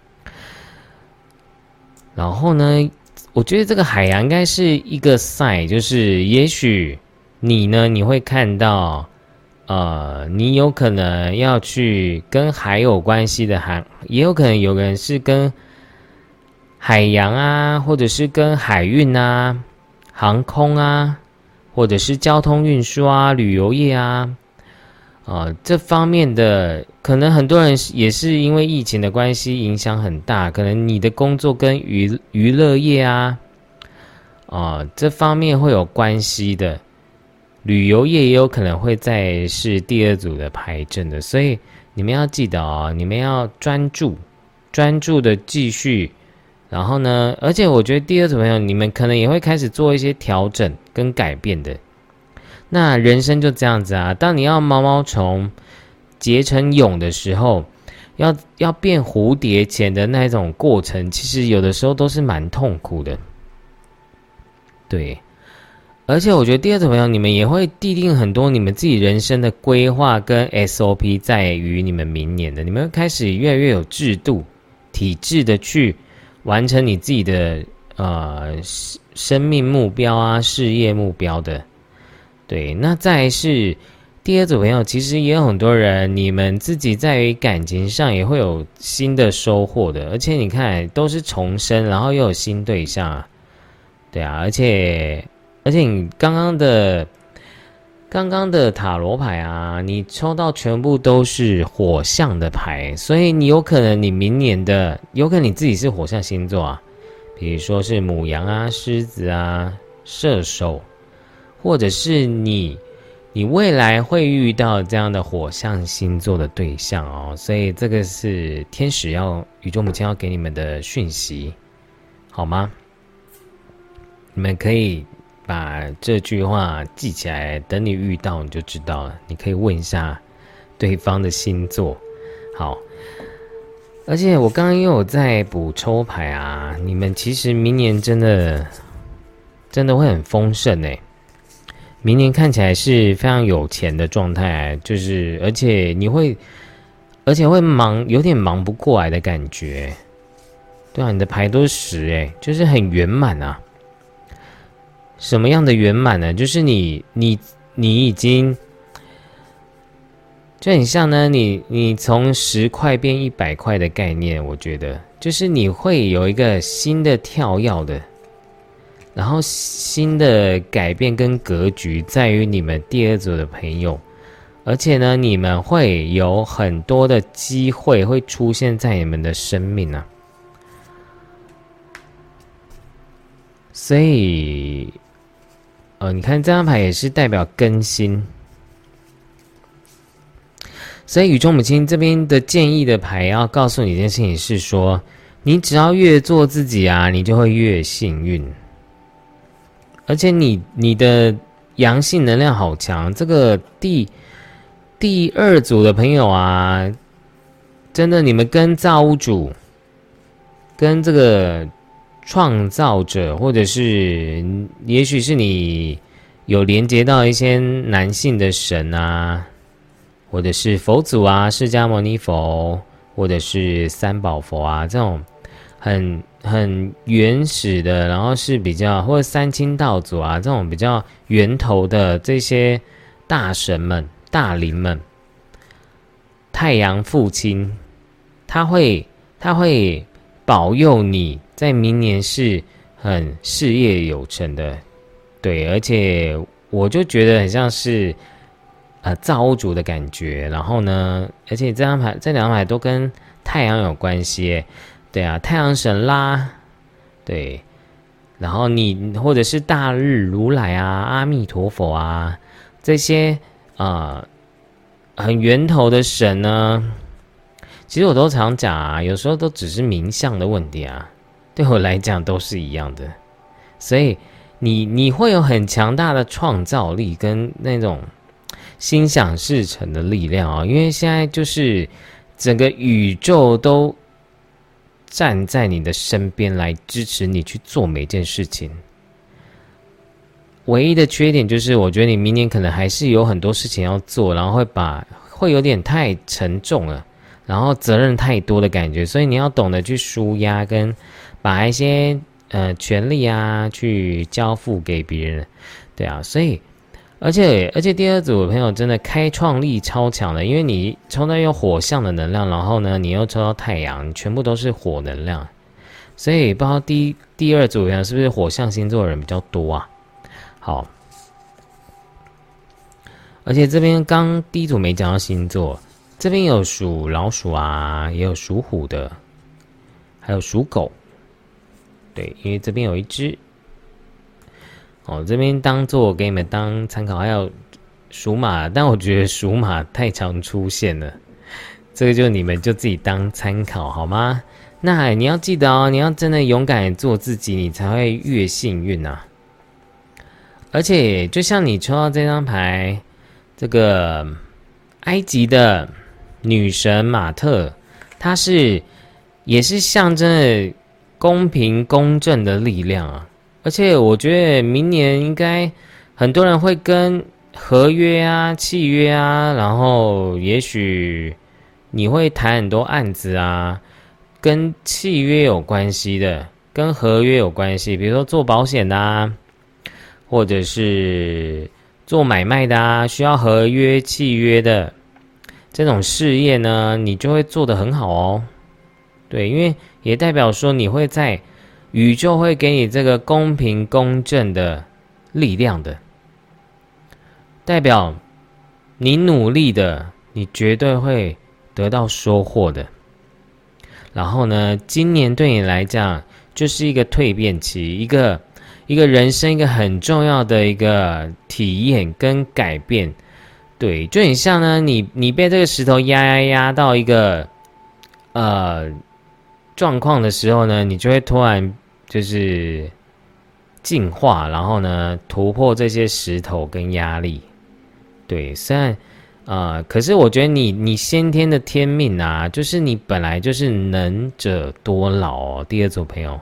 然后呢，我觉得这个海洋应该是一个 sign， 就是也许你会看到你有可能要去跟海有关系的也有可能有人是跟海洋啊，或者是跟海运啊、航空啊，或者是交通运输啊、旅游业啊，这方面的，可能很多人也是因为疫情的关系影响很大，可能你的工作跟娱乐业啊，这方面会有关系的。旅游业也有可能会再是第二组的牌阵的，所以你们要记得你们要专注的继续。然后呢，而且我觉得第二组朋友，你们可能也会开始做一些调整跟改变的。那人生就这样子当你要毛毛虫结成蛹的时候，要变蝴蝶前的那种过程，其实有的时候都是蛮痛苦的。对，而且我觉得第二组朋友，你们也会奠定很多你们自己人生的规划跟 SOP 在于你们明年的，你们会开始越来越有制度、体制的去完成你自己的生命目标啊、事业目标的。对，那再来是第二组朋友，其实也有很多人，你们自己在于感情上也会有新的收获的，而且你看都是重生，然后又有新对象对啊，而且你刚刚的塔罗牌你抽到全部都是火象的牌，所以你有可能你明年的，有可能你自己是火象星座比如说是牡羊狮子射手，或者是你未来会遇到这样的火象星座的对象所以这个是天使宇宙母亲要给你们的讯息，好吗？你们可以把这句话记起来，等你遇到你就知道了，你可以问一下对方的星座。好，而且我刚刚又有在补抽牌你们其实明年真的会很丰盛明年看起来是非常有钱的状态，就是而且会有点忙不过来的感觉。对啊，你的牌都是10就是很圆满什么样的圆满呢？就是你已经就很像呢，你从10块变100块的概念，我觉得就是你会有一个新的跳跃的，然后新的改变跟格局在于你们第二组的朋友，而且呢，你们会有很多的机会会出现在你们的生命所以你看这张牌也是代表更新，所以宇宙母亲这边的建议的牌要告诉你一件事情是说，你只要越做自己你就会越幸运，而且你的阳性能量好强。这个第二组的朋友真的你们跟造物主跟这个创造者，或者是也许是你有连接到一些男性的神或者是佛祖释迦牟尼佛，或者是三宝佛这种很原始的，然后是比较或者三清道祖这种比较源头的这些大神们、大灵们，太阳父亲，他会保佑你在明年是很事业有成的。对，而且我就觉得很像是造物主的感觉。然后呢，而且这两张牌都跟太阳有关系，对啊，太阳神啦，对，然后你或者是大日如来啊、阿弥陀佛啊这些很源头的神呢，其实我都常讲啊，有时候都只是名相的问题啊，对我来讲都是一样的。所以你会有很强大的创造力跟那种心想事成的力量啊，因为现在就是整个宇宙都站在你的身边来支持你去做每件事情。唯一的缺点就是我觉得你明年可能还是有很多事情要做，然后会有点太沉重了，然后责任太多的感觉，所以你要懂得去抒压跟把一些权利啊去交付给别人，对啊，所以而且第二组的朋友真的开创力超强的，因为你抽到有火象的能量，然后呢你又抽到太阳，全部都是火能量，所以不知道第二组的朋友是不是火象星座的人比较多啊？好，而且这边刚第一组没讲到星座，这边有属老鼠啊，也有属虎的，还有属狗。对，因为这边有一只，这边当做给你们当参考。还有属马，但我觉得属马太常出现了，这个就你们就自己当参考好吗？那你要记得哦，你要真的勇敢做自己，你才会越幸运啊！而且就像你抽到这张牌，这个埃及的女神马特，她也是象征了公平公正的力量啊！而且我觉得明年应该很多人会跟合约啊、契约啊，然后也许你会谈很多案子啊，跟契约有关系的，跟合约有关系，比如说做保险的啊，或者是做买卖的啊，需要合约契约的这种事业呢，你就会做得很好哦。对，因为也代表说你会在宇宙会给你这个公平公正的力量的，代表你努力的，你绝对会得到收获的。然后呢，今年对你来讲就是一个蜕变期，一个人生一个很重要的一个体验跟改变。对，就很像呢，你被这个石头压到一个状况的时候呢，你就会突然就是进化，然后呢突破这些石头跟压力。对，虽然可是我觉得你先天的天命啊，就是你本来就是能者多劳哦，第二组朋友。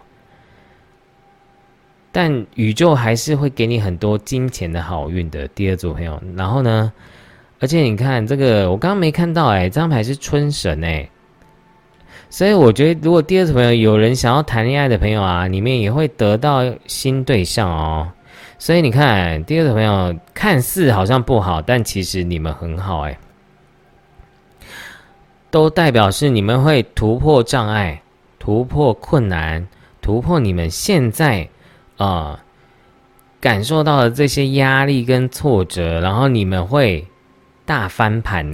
但宇宙还是会给你很多金钱的好运的，第二组朋友。然后呢，而且你看这个，我刚刚没看到这张牌是春神所以我觉得如果第二组朋友有人想要谈恋爱的朋友啊，里面也会得到新对象哦。所以你看第二组朋友看似好像不好，但其实你们很好都代表是你们会突破障碍，突破困难，突破你们现在感受到的这些压力跟挫折，然后你们会大翻盘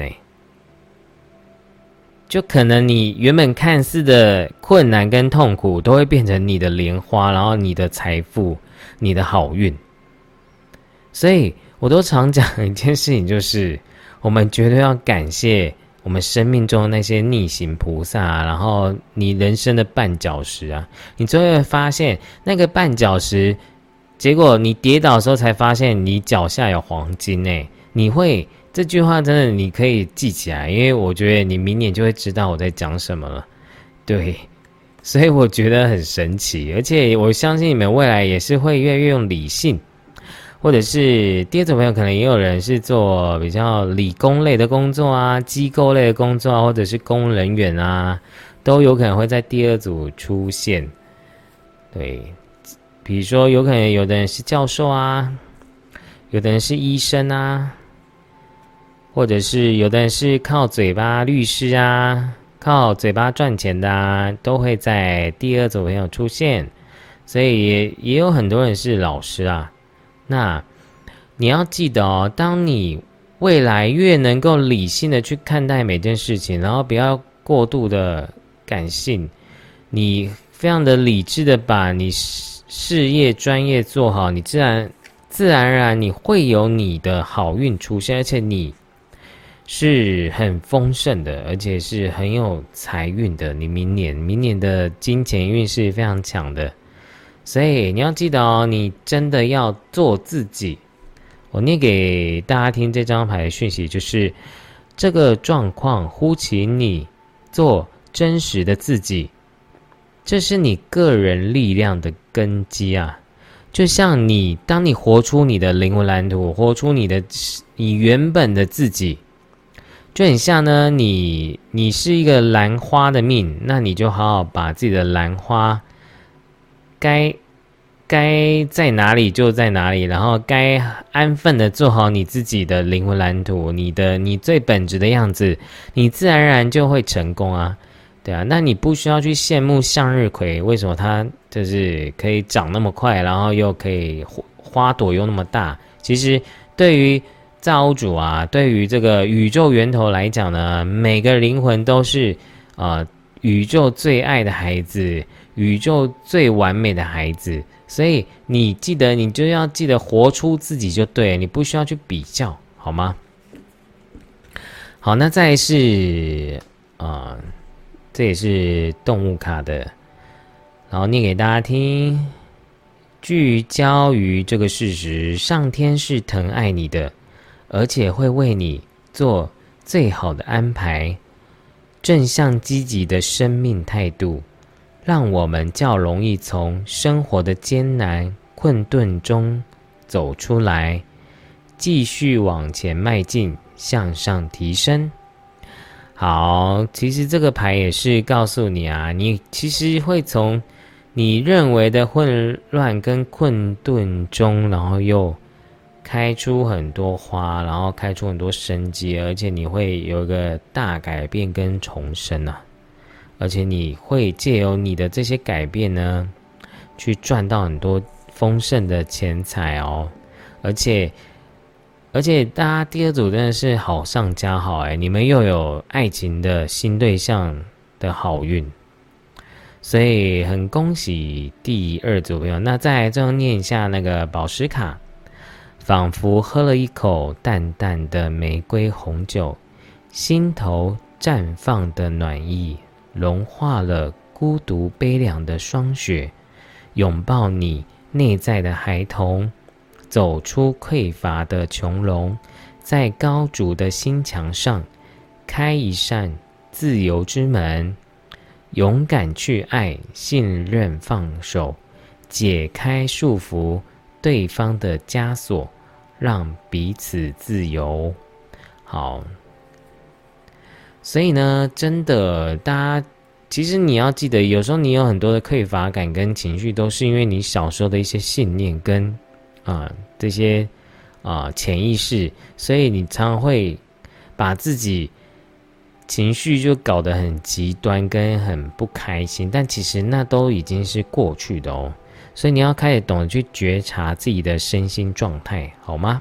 就可能你原本看似的困难跟痛苦都会变成你的莲花，然后你的财富，你的好运。所以我都常讲一件事情，就是我们绝对要感谢我们生命中那些逆行菩萨然后你人生的绊脚石啊，你就会发现那个绊脚石，结果你跌倒的时候才发现你脚下有黄金你会这句话真的你可以记起来，因为我觉得你明年就会知道我在讲什么了。对，所以我觉得很神奇，而且我相信你们未来也是会越来越用理性，或者是第二组朋友可能也有人是做比较理工类的工作啊，机构类的工作啊，或者是公务人员啊，都有可能会在第二组出现。对，比如说有可能有的人是教授啊，有的人是医生啊，或者是有的人是靠嘴巴律师啊，靠嘴巴赚钱的啊，都会在第二组朋友出现。所以也有很多人是老师啊。那你要记得当你未来越能够理性的去看待每件事情，然后不要过度的感性，你非常的理智的把你事业专业做好，你自然而然你会有你的好运出现，而且你是很丰盛的，而且是很有财运的。你明年的金钱运是非常强的，所以你要记得哦，你真的要做自己。我念给大家听这张牌的讯息，就是这个状况呼请你做真实的自己，这是你个人力量的根基啊。就像当你活出你的灵魂蓝图，活出你原本的自己，就很像呢，你是一个兰花的命，那你就好好把自己的兰花该在哪里就在哪里，然后该安分的做好你自己的灵魂蓝图，你最本质的样子，你自然而然就会成功啊。对啊，那你不需要去羡慕向日葵，为什么它就是可以长那么快，然后又可以花朵又那么大？其实对于造物主啊，对于这个宇宙源头来讲呢，每个灵魂都是宇宙最爱的孩子，宇宙最完美的孩子。所以你就要记得活出自己就对了，你不需要去比较，好吗？好，那再来是这也是动物卡的，然后念给大家听。聚焦于这个事实，上天是疼爱你的，而且会为你做最好的安排。正向积极的生命态度，让我们较容易从生活的艰难困顿中走出来，继续往前迈进，向上提升。好，其实这个牌也是告诉你啊，你其实会从你认为的混乱跟困顿中，然后又开出很多花，然后开出很多生机，而且你会有一个大改变跟重生啊，而且你会借由你的这些改变呢，去赚到很多丰盛的钱财哦，而且大家第二组真的是好上加好你们又有爱情的新对象的好运，所以很恭喜第二组朋友。那再来最后念一下那个宝石卡，仿佛喝了一口淡淡的玫瑰红酒，心头绽放的暖意融化了孤独悲凉的霜雪，拥抱你内在的孩童，走出匮乏的穹隆，在高筑的心墙上开一扇自由之门，勇敢去爱，信任放手，解开束缚对方的枷锁，让彼此自由。好，所以呢，真的大家其实你要记得，有时候你有很多的匮乏感跟情绪，都是因为你小时候的一些信念跟这些潜意识，所以你常常会把自己情绪就搞得很极端跟很不开心，但其实那都已经是过去的哦，所以你要开始懂得去觉察自己的身心状态，好吗？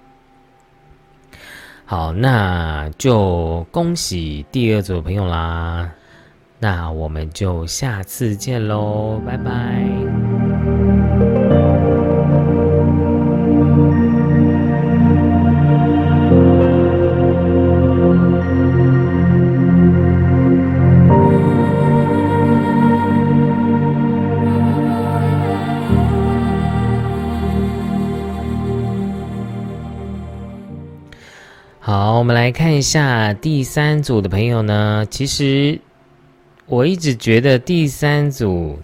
好，那就恭喜第二组的朋友啦，那我们就下次见咯，拜拜。好，我们来看一下第三组的朋友呢。其实我一直觉得第三组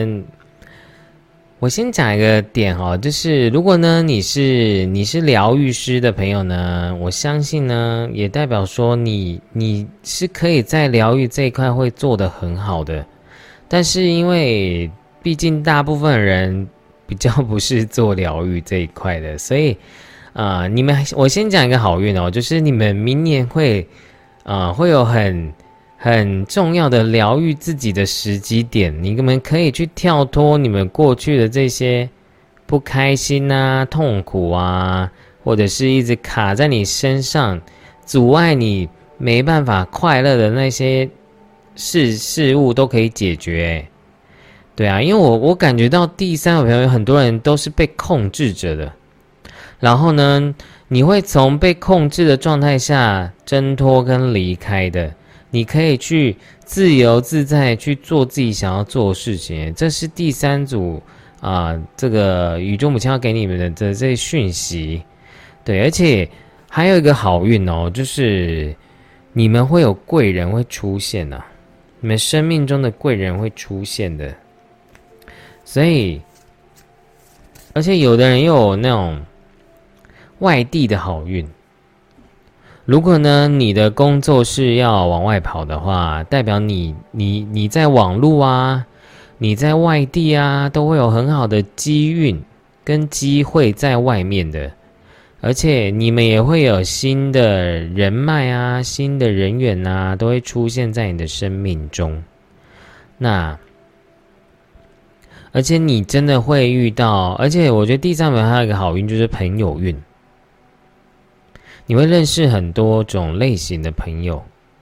我先讲一个点就是如果呢你是疗愈师的朋友呢，我相信呢也代表说你是可以在疗愈这一块会做得很好的，但是因为毕竟大部分人比较不是做疗愈这一块的，所以我先讲一个好运就是你们明年会有很重要的疗愈自己的时机点，你们可以去跳脱你们过去的这些不开心啊、痛苦啊， 或者是一直卡在你身上，阻碍你没办法快乐的那些事物都可以解决。对啊，因为我感觉到第三个朋友有很多人都是被控制着的，然后呢，你会从被控制的状态下挣脱跟离开的，你可以去自由自在去做自己想要做的事情，这是第三组这个宇宙母亲要给你们的这些讯息。对，而且还有一个好运哦，就是你们会有贵人会出现啊，你们生命中的贵人会出现的。所以，而且有的人又有那种外地的好运。如果呢，你的工作是要往外跑的话，代表你在网路啊，你在外地啊，都会有很好的机运跟机会在外面的。而且你们也会有新的人脉啊，新的人缘啊，都会出现在你的生命中。那而且你真的会遇到，而且我觉得第三门还有一个好运就是朋友运，你会认识很多种类型的朋友。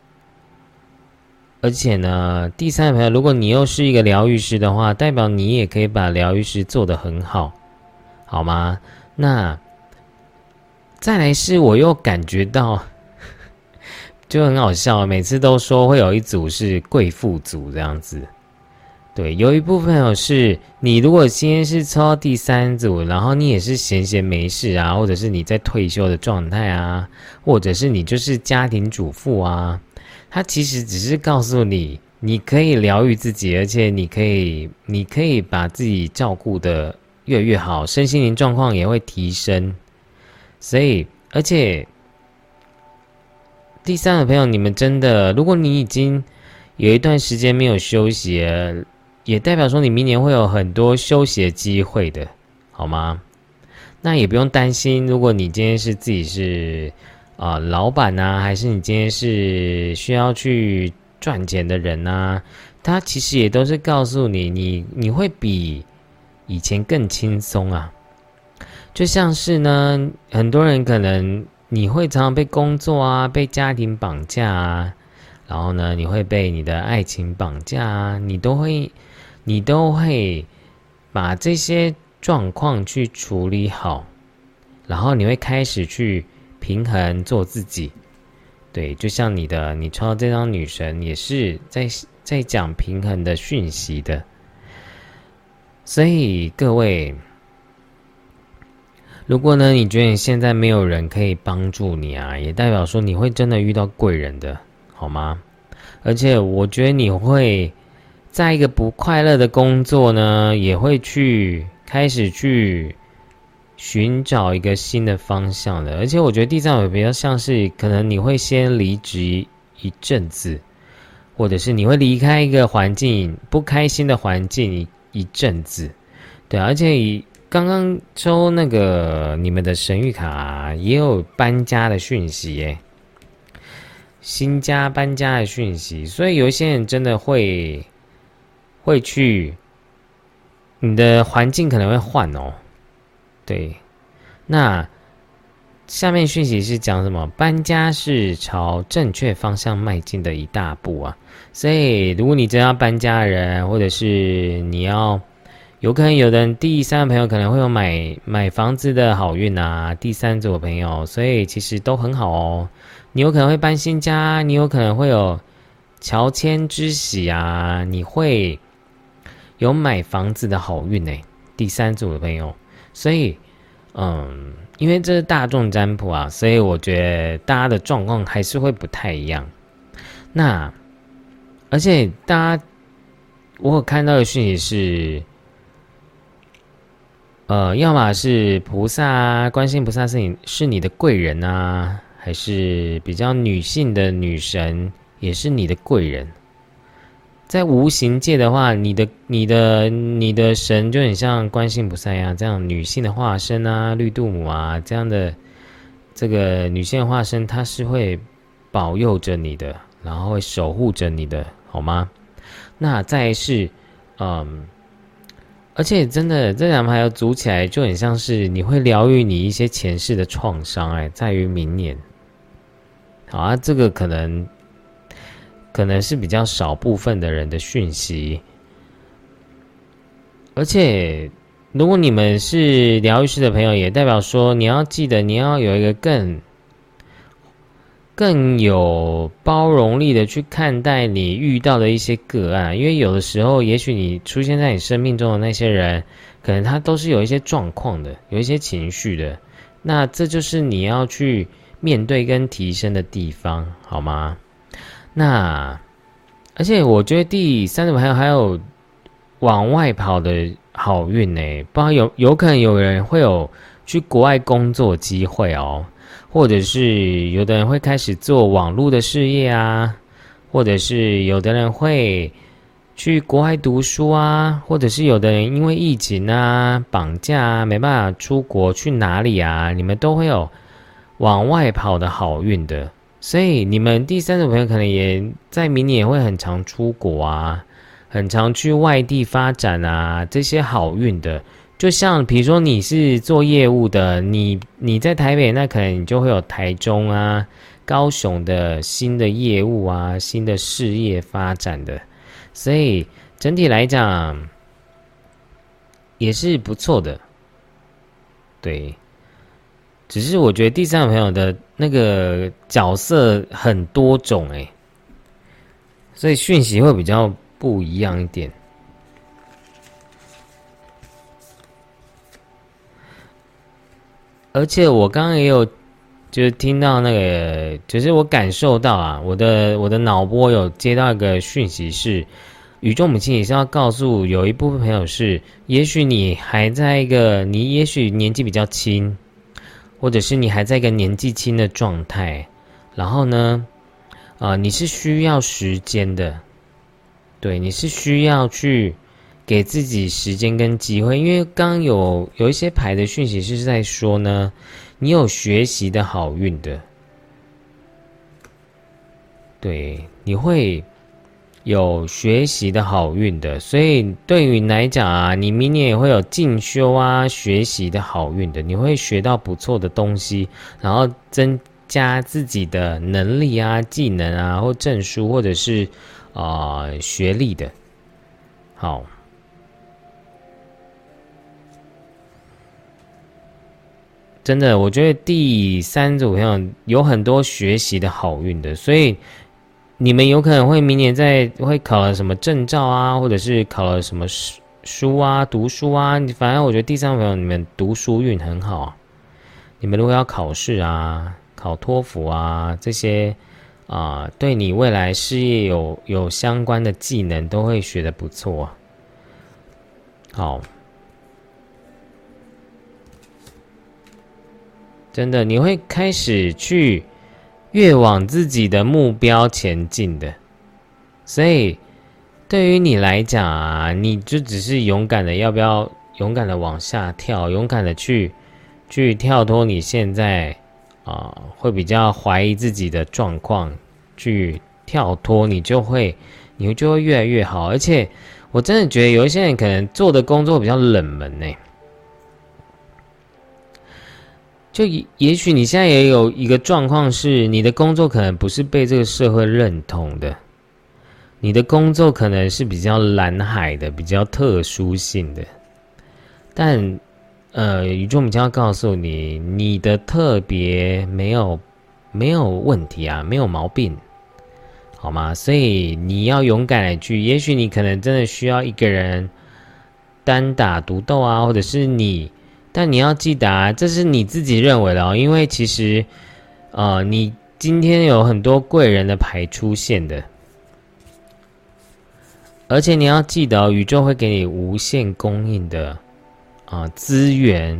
而且呢，第三个朋友，如果你又是一个疗愈师的话，代表你也可以把疗愈师做得很好，好吗？那再来是我又感觉到就很好笑，每次都说会有一组是贵妇组这样子。对，有一部分有是你如果今天是抽到第三组，然后你也是闲闲没事啊，或者是你在退休的状态啊，或者是你就是家庭主妇啊，它其实只是告诉你，你可以疗愈自己，而且你可以把自己照顾得越来越好，身心灵状况也会提升。所以，而且第三个朋友，你们真的，如果你已经有一段时间没有休息了，也代表说你明年会有很多休息的机会的，好吗？那也不用担心，如果你今天是自己是老板啊，还是你今天是需要去赚钱的人啊，他其实也都是告诉你，你会比以前更轻松啊。就像是呢，很多人可能你会常常被工作啊，被家庭绑架啊，然后呢，你会被你的爱情绑架啊，你都会把这些状况去处理好，然后你会开始去平衡做自己。对，就像你抽到这张女神也是在讲平衡的讯息的。所以各位，如果呢你觉得你现在没有人可以帮助你啊，也代表说你会真的遇到贵人的，好吗？而且我觉得你会在一个不快乐的工作呢，也会开始去寻找一个新的方向的。而且我觉得第三位比较像是可能你会先离职一阵子，或者是你会离开一个环境不开心的环境一阵子。对，而且刚刚抽那个你们的神谕卡也有搬家的讯息耶，新家搬家的讯息，所以有一些人真的会去，你的环境可能会换哦。对，那下面讯息是讲什么？搬家是朝正确方向迈进的一大步啊！所以如果你真要搬家的人，或者是你要有可能有的人第三个朋友可能会有买房子的好运啊，第三组的朋友，所以其实都很好哦。你有可能会搬新家，你有可能会有乔迁之喜啊，你会有买房子的好运欸，第三组的朋友。所以因为这是大众占卜啊，所以我觉得大家的状况还是会不太一样。那而且我有看到的讯息是要么是菩萨啊，观世音菩萨是你的贵人啊，还是比较女性的女神也是你的贵人。在无形界的话，你的神就很像观世音菩萨呀，这样女性的化身啊，绿度母啊，这样的这个女性的化身，她是会保佑着你的，然后会守护着你的，好吗？那再来是而且真的这两牌要组起来，就很像是你会疗愈你一些前世的创伤，在于明年。好啊，这个可能是比较少部分的人的讯息，而且如果你们是疗愈师的朋友，也代表说你要记得，你要有一个更有包容力的去看待你遇到的一些个案，因为有的时候，也许你出现在你生命中的那些人，可能他都是有一些状况的，有一些情绪的，那这就是你要去面对跟提升的地方，好吗？那而且我觉得第三种还有往外跑的好运呢，不知道有可能有人会有去国外工作机会哦。或者是有的人会开始做网络的事业啊，或者是有的人会去国外读书啊，或者是有的人因为疫情啊、绑架啊，没办法出国去哪里啊，你们都会有往外跑的好运的。所以你们第三种朋友可能也在明年也会很常出国啊，很常去外地发展啊，这些好运的。就像比如说你是做业务的，你在台北，那可能你就会有台中啊、高雄的新的业务啊、新的事业发展的，所以整体来讲也是不错的。对，只是我觉得第三个朋友的那个角色很多种所以讯息会比较不一样一点。而且我刚刚也有，就是听到那个，就是我感受到啊，我的脑波有接到一个讯息是，宇宙母亲也是要告诉有一部分朋友是，也许你还在一个，你也许年纪比较轻，或者是你还在一个年纪轻的状态，然后呢，你是需要时间的，对，你是需要去给自己时间跟机会，因为刚刚有一些牌的讯息是在说呢，你有学习的好运的，对，你会有学习的好运的，所以对于你来讲啊，你明年也会有进修啊、学习的好运的，你会学到不错的东西，然后增加自己的能力啊、技能啊，或证书，或者是学历的，好。真的，我觉得第三组朋友有很多学习的好运的，所以你们有可能会明年会考了什么证照啊，或者是考了什么书啊、读书啊，反正我觉得第三组朋友你们读书运很好。你们如果要考试啊、考托福啊这些对你未来事业有相关的技能都会学得不错。好。真的，你会开始去越往自己的目标前进的，所以对于你来讲啊，你就只是勇敢的，要不要勇敢的往下跳，勇敢的去跳脱你现在会比较怀疑自己的状况，去跳脱，你就会越来越好。而且我真的觉得有一些人可能做的工作比较冷门就也许你现在也有一个状况是，你的工作可能不是被这个社会认同的，你的工作可能是比较蓝海的，比较特殊性的，但宇宙母亲要告诉你，你的特别没有问题啊，没有毛病，好吗？所以你要勇敢的去，也许你可能真的需要一个人单打独斗啊，或者是但你要记得这是你自己认为的因为其实你今天有很多贵人的牌出现的，而且你要记得宇宙会给你无限供应的资源，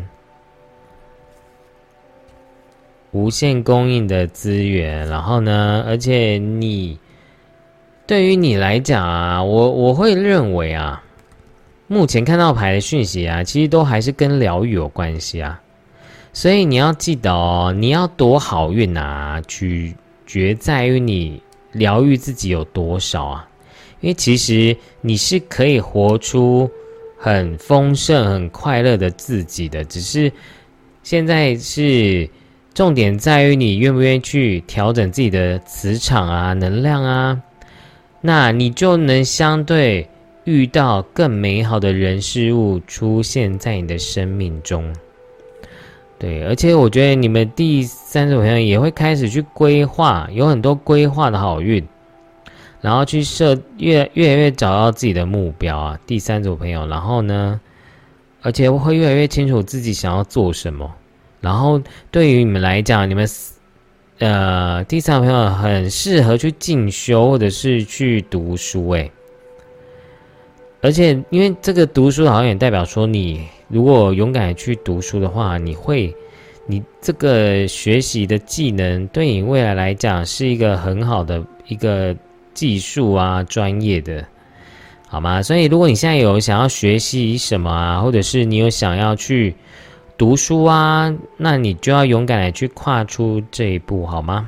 无限供应的资源，然后呢，而且对于你来讲我会认为目前看到牌的讯息其实都还是跟疗愈有关系所以你要记得你要多好运取决在于你疗愈自己有多少因为其实你是可以活出很丰盛、很快乐的自己的，只是现在是重点在于你愿不愿意去调整自己的磁场啊、能量啊，那你就能相对遇到更美好的人事物出现在你的生命中。对，而且我觉得你们第三组朋友也会开始去规划，有很多规划的好运，然后去越来越找到自己的目标啊。第三组朋友，然后呢，而且会越来越清楚自己想要做什么。然后对于你们来讲，你们第三组朋友很适合去进修或者是去读书诶。而且因为这个读书好像也代表说，你如果勇敢去读书的话，你这个学习的技能对你未来来讲是一个很好的一个技术啊，专业的，好吗？所以如果你现在有想要学习什么啊，或者是你有想要去读书啊，那你就要勇敢的去跨出这一步，好吗？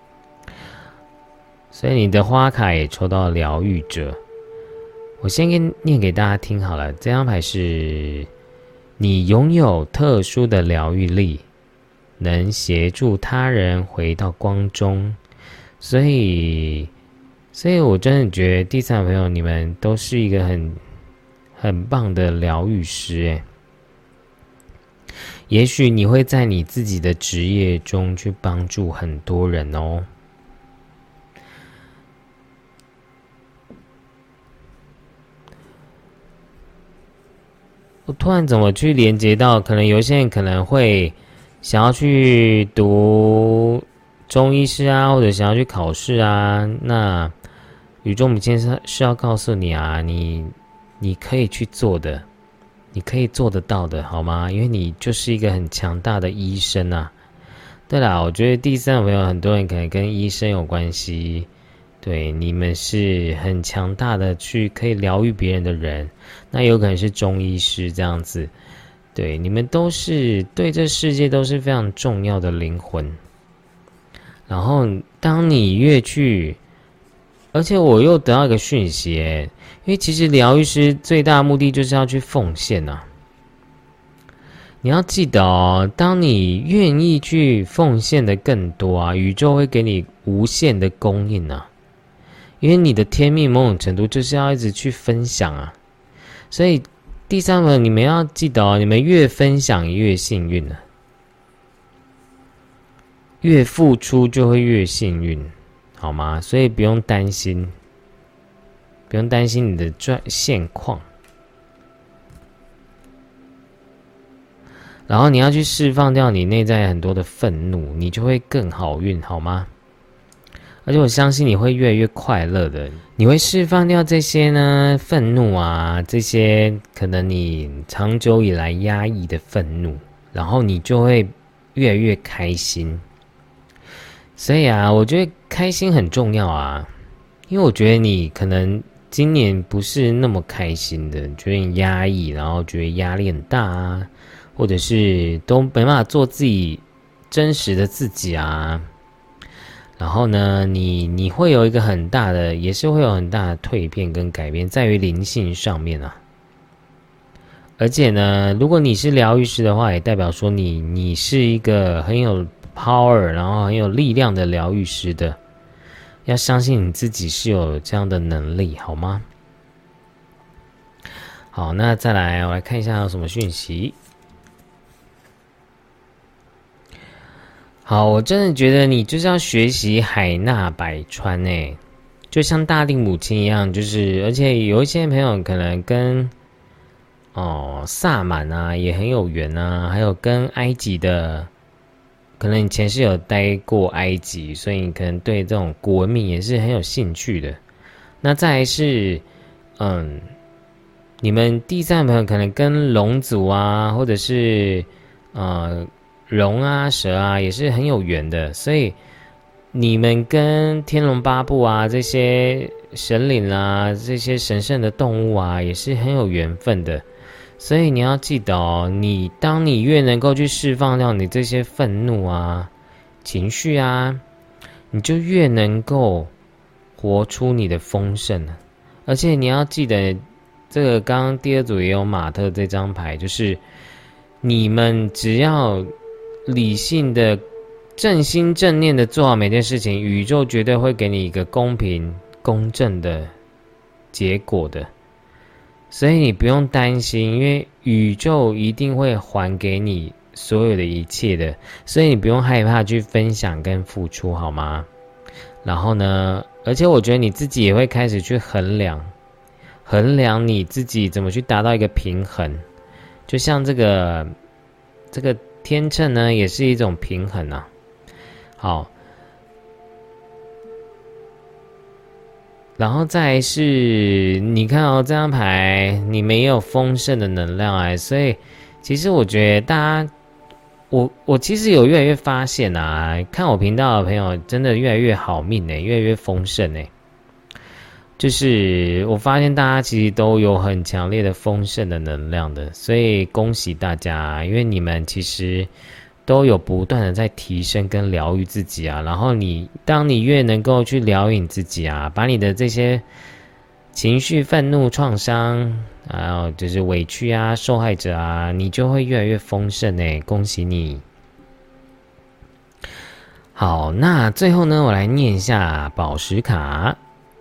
所以你的花卡也抽到疗愈者。我先念给大家听好了，这张牌是你拥有特殊的疗愈力，能协助他人回到光中，所以我真的觉得第三个朋友你们都是一个很棒的疗愈师耶。也许你会在你自己的职业中去帮助很多人哦。我突然怎么去连接到，可能有些人可能会想要去读中医师啊，或者想要去考试啊，那宇宙母亲是要告诉你啊，你可以去做的，你可以做得到的，好吗？因为你就是一个很强大的医生啊。对啦，我觉得第三个朋友很多人可能跟医生有关系，对，你们是很强大的去可以疗愈别人的人，那有可能是中医师这样子，对，你们都是对这世界都是非常重要的灵魂。然后当你越去，而且我又得到一个讯息因为其实疗愈师最大的目的就是要去奉献啊。你要记得哦，当你愿意去奉献的更多啊，宇宙会给你无限的供应啊。因为你的天命某种程度就是要一直去分享啊，所以第三个你们要记得哦，你们越分享越幸运啊，越付出就会越幸运，好吗？所以不用担心你的现况，然后你要去释放掉你内在很多的愤怒，你就会更好运，好吗？而且我相信你会越来越快乐的，你会释放掉这些呢愤怒啊，这些可能你长久以来压抑的愤怒，然后你就会越来越开心。所以啊，我觉得开心很重要啊，因为我觉得你可能今年不是那么开心的，觉得你压抑，然后觉得压力很大啊，或者是都没办法做自己真实的自己啊。然后呢，你会有一个很大的，也是会有很大的蜕变跟改变，在于灵性上面啊。而且呢，如果你是疗愈师的话，也代表说你是一个很有 power， 然后很有力量的疗愈师的。要相信你自己是有这样的能力，好吗？好，那再来，我来看一下有什么讯息。好，我真的觉得你就是要学习海纳百川就像大地母亲一样，就是而且有一些朋友可能跟萨满啊也很有缘啊，还有跟埃及的，可能以前是有待过埃及，所以你可能对这种古文明也是很有兴趣的。那再来是你们第三朋友可能跟龙族啊，或者是龙啊蛇啊也是很有缘的，所以你们跟天龙八部啊这些神灵啊这些神圣的动物啊也是很有缘分的。所以你要记得哦，当你越能够去释放掉你这些愤怒啊情绪啊，你就越能够活出你的丰盛。而且你要记得这个刚刚第二组也有马特这张牌，就是你们只要理性的、正心正念的做好每件事情，宇宙绝对会给你一个公平、公正的结果的。所以你不用担心，因为宇宙一定会还给你所有的一切的，所以你不用害怕去分享跟付出，好吗？然后呢，而且我觉得你自己也会开始去衡量你自己怎么去达到一个平衡。就像这个天秤呢，也是一种平衡啊。好，然后再来是你看这张牌，你没有丰盛的能量所以其实我觉得大家，我其实有越来越发现看我频道的朋友真的越来越好命越来越丰盛就是我发现大家其实都有很强烈的丰盛的能量的，所以恭喜大家，因为你们其实都有不断的在提升跟疗愈自己然后当你越能够去疗愈你自己把你的这些情绪、愤怒、创伤，还有就是委屈受害者你就会越来越丰盛恭喜你。好，那最后呢，我来念一下宝石卡。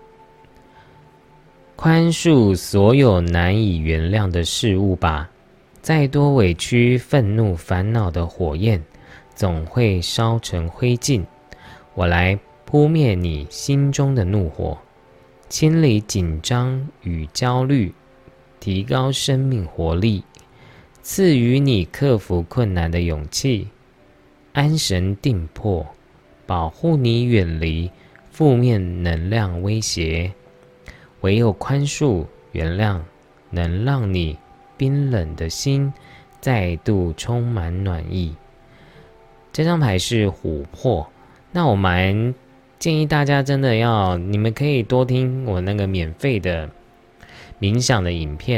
宽恕所有难以原谅的事物吧，再多委屈、愤怒、烦恼的火焰，总会烧成灰烬。我来扑灭你心中的怒火，清理紧张与焦虑，提高生命活力，赐予你克服困难的勇气，安神定魄，保护你远离负面能量威胁。唯有宽恕、原谅，能让你冰冷的心再度充满暖意。这张牌是琥珀，那我蛮建议大家真的你们可以多听我那个免费的冥想的影片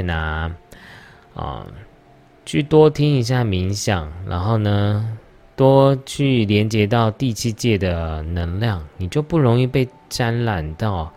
去多听一下冥想，然后呢，多去连接到第7界的能量，你就不容易被沾染到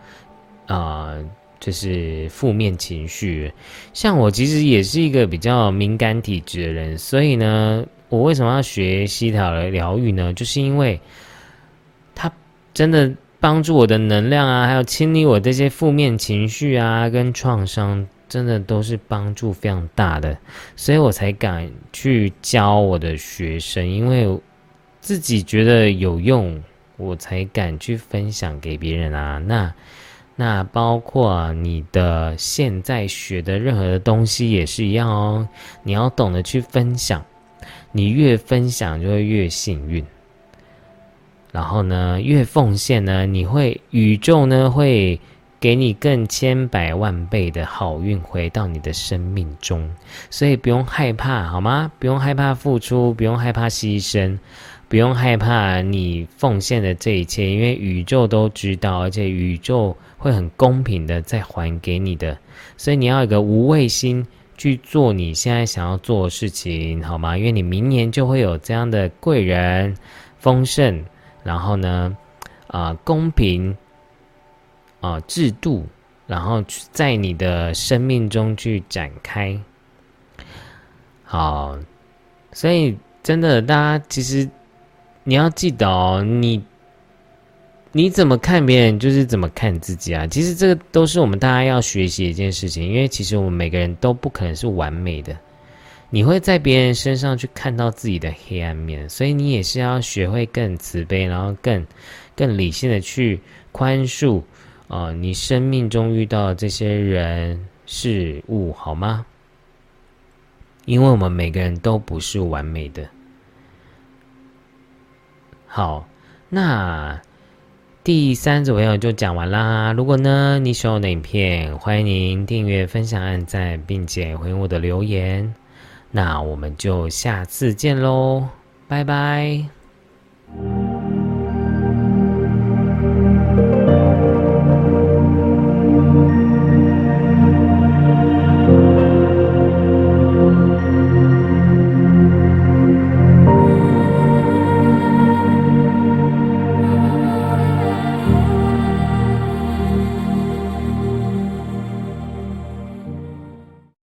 就是负面情绪。像我其实也是一个比较敏感体质的人，所以呢，我为什么要学西塔的疗愈呢？就是因为它真的帮助我的能量还有清理我这些负面情绪跟创伤，真的都是帮助非常大的，所以我才敢去教我的学生，因为自己觉得有用，我才敢去分享给别人那包括你的现在学的任何的东西也是一样你要懂得去分享，你越分享就会越幸运，然后呢，越奉献呢，宇宙呢会给你更千百万倍的好运回到你的生命中，所以不用害怕，好吗？不用害怕付出，不用害怕牺牲，不用害怕你奉献的这一切，因为宇宙都知道，而且宇宙会很公平的再还给你的，所以你要有一个无畏心去做你现在想要做的事情，好吗？因为你明年就会有这样的贵人、丰盛，然后呢，公平制度，然后在你的生命中去展开。好，所以真的，大家其实你要记得你怎么看别人，就是怎么看自己其实这个都是我们大家要学习的一件事情，因为其实我们每个人都不可能是完美的，你会在别人身上去看到自己的黑暗面，所以你也是要学会更慈悲，然后更理性的去宽恕你生命中遇到的这些人事物，好吗？因为我们每个人都不是完美的。好，那第3组朋友就讲完啦。如果呢你喜欢我的影片，欢迎您订阅、分享、按赞，并且回应我的留言。那我们就下次见咯，拜拜。